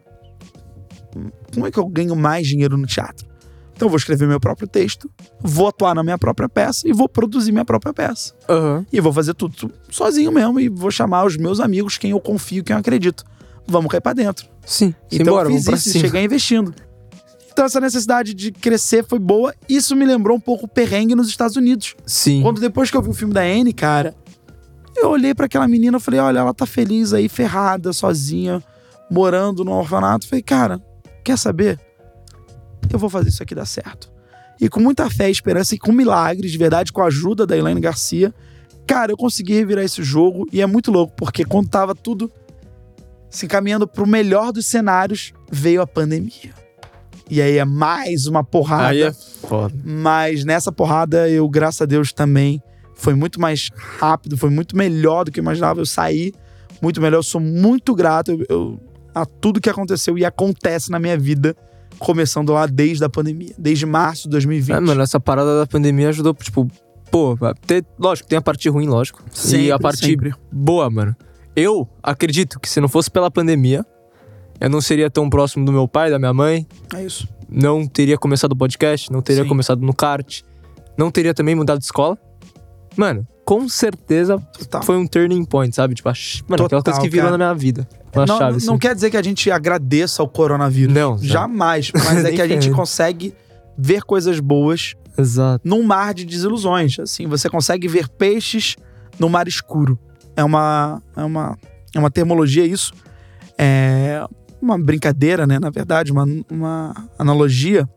Como é que eu ganho mais dinheiro no teatro? Então eu vou escrever meu próprio texto, vou atuar na minha própria peça e vou produzir minha própria peça. E vou fazer tudo sozinho mesmo e vou chamar os meus amigos, quem eu confio, quem eu acredito. Vamos cair pra dentro. Sim, então embora, eu fiz isso e cheguei investindo. Então essa necessidade de crescer foi boa. Isso me lembrou um pouco o perrengue nos Estados Unidos. Sim. Quando depois que eu vi o filme da Anne, cara, eu olhei pra aquela menina e falei, olha, ela tá feliz aí, ferrada, sozinha, morando no orfanato. Falei, cara, quer saber? Eu vou fazer isso aqui dar certo. E com muita fé, esperança e com milagres, de verdade, com a ajuda da Elaine Garcia, cara, eu consegui revirar esse jogo. E é muito louco, porque quando tava tudo se encaminhando pro melhor dos cenários, veio a pandemia. E aí é mais uma porrada. Aí é foda. Mas nessa porrada, eu, graças a Deus, também foi muito mais rápido, foi muito melhor do que eu imaginava. Eu saí muito melhor, eu sou muito grato a tudo que aconteceu e acontece na minha vida, começando lá desde a pandemia, desde março de 2020. Mano, essa parada da pandemia ajudou, tipo, lógico, tem a parte ruim, lógico. Sempre, e a parte boa, mano. Eu acredito que se não fosse pela pandemia, eu não seria tão próximo do meu pai, da minha mãe. É isso. Não teria começado o podcast, não teria começado no kart. Não teria também mudado de escola. Mano, com certeza foi um turning point, sabe? Tipo, mano, aquela coisa que virou na minha vida. Uma chave, assim. Não quer dizer que a gente agradeça ao coronavírus. Não. Jamais. Mas é que a gente consegue ver coisas boas. Exato. Num mar de desilusões. Assim, você consegue ver peixes no mar escuro. É uma termologia isso. É uma brincadeira, né? Na verdade, uma analogia,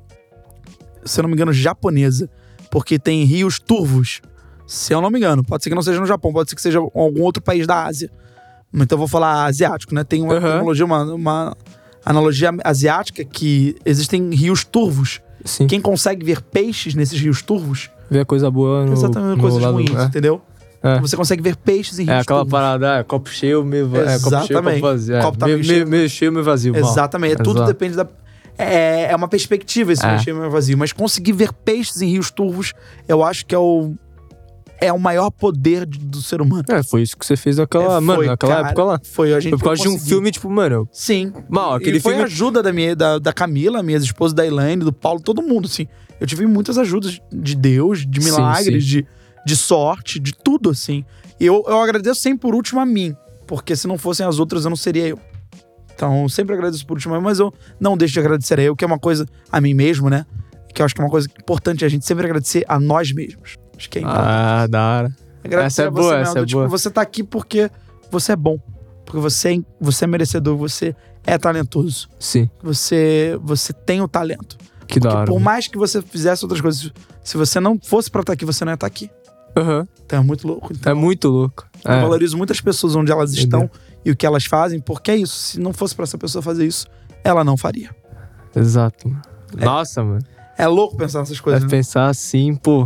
se eu não me engano, japonesa. Porque tem rios turvos. Se eu não me engano. Pode ser que não seja no Japão, pode ser que seja em algum outro país da Ásia. Então eu vou falar asiático, né? Tem uma termologia, uma analogia asiática que existem rios turvos. Sim. Quem consegue ver peixes nesses rios turvos... Ver coisa boa no exatamente, coisas lado, ruins, entendeu? Então você consegue ver peixes em rios turvos. Aquela parada, copo cheio, meio vazio. Copo cheio, copo vazio. Copo tá meio cheio, meio vazio. Exatamente. Tudo depende da... É uma perspectiva esse meio cheio, meio vazio. Mas conseguir ver peixes em rios turvos, eu acho que é o maior poder do ser humano. Foi isso que você fez naquela época lá. Foi, a gente por causa de um filme, tipo, mano... Sim. Aquele foi filme... a ajuda da Camila, minha esposa, da Elaine, do Paulo, todo mundo, assim. Eu tive muitas ajudas de Deus, de milagres, sim. De sorte, de tudo, assim. E eu agradeço sempre por último a mim, porque se não fossem as outras, eu não seria eu. Então, eu sempre agradeço por último a mim, mas eu não deixo de agradecer a eu, que é uma coisa a mim mesmo, né? Que eu acho que é uma coisa importante a gente sempre agradecer a nós mesmos. Acho que é importante. Da hora. Agradecer essa é boa, essa é boa. Você tá aqui porque você é bom. Porque você é merecedor, você é talentoso. Sim. Você tem o talento. Que da hora. Por mais que você fizesse outras coisas, se você não fosse pra estar aqui, você não ia estar aqui. Então é muito louco. Então, é muito louco. Eu valorizo muitas pessoas onde elas estão e o que elas fazem, porque é isso. Se não fosse pra essa pessoa fazer isso, ela não faria. Exato, mano. Nossa, mano. É louco pensar nessas coisas. Pensar assim, pô.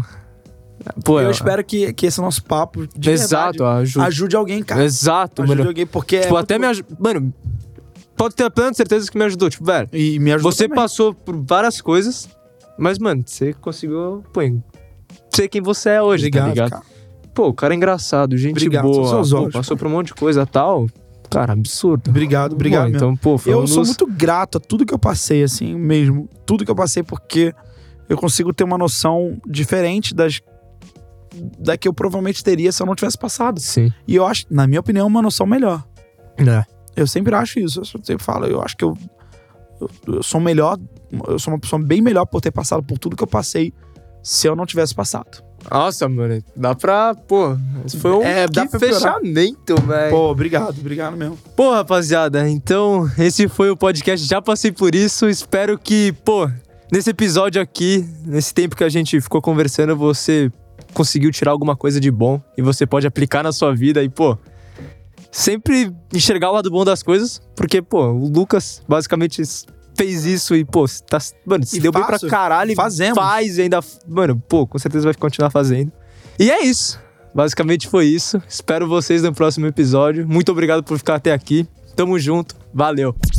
Eu espero que esse nosso papo de verdade ajude alguém, cara. Exato, ajude mano. Alguém, porque tipo, até me ajuda. Mano, pode ter a plena certeza que me ajudou. Tipo, velho. E me ajudou você também. passou por várias coisas, mas, mano, você conseguiu, ser quem você é hoje, Obrigado, tá ligado? Cara. Pô, o cara é engraçado, gente boa. Passou por um monte de coisa e tal. Cara, absurdo. Obrigado mesmo. Então, pô, foi eu sou muito grato a tudo que eu passei, assim, mesmo. Tudo que eu passei, porque eu consigo ter uma noção diferente da que eu provavelmente teria se eu não tivesse passado. Sim. E eu acho, na minha opinião, uma noção melhor. É. Eu sempre acho isso. Eu sempre falo, eu acho que eu sou melhor, eu sou uma pessoa bem melhor por ter passado por tudo que eu passei se eu não tivesse passado. Nossa, mano, dá pra... Pô, esse foi dá pra fechamento, velho. Pô, obrigado mesmo. Pô, rapaziada, então esse foi o podcast Já Passei Por Isso. Espero que, pô, nesse episódio aqui, nesse tempo que a gente ficou conversando, você conseguiu tirar alguma coisa de bom e você pode aplicar na sua vida e, pô, sempre enxergar o lado bom das coisas, porque, pô, o Lucas basicamente fez isso e, pô, mano, se deu bem pra caralho. Fazemos. Faz e ainda, mano, pô, com certeza vai continuar fazendo. E é isso. Basicamente foi isso. Espero vocês no próximo episódio. Muito obrigado por ficar até aqui. Tamo junto. Valeu.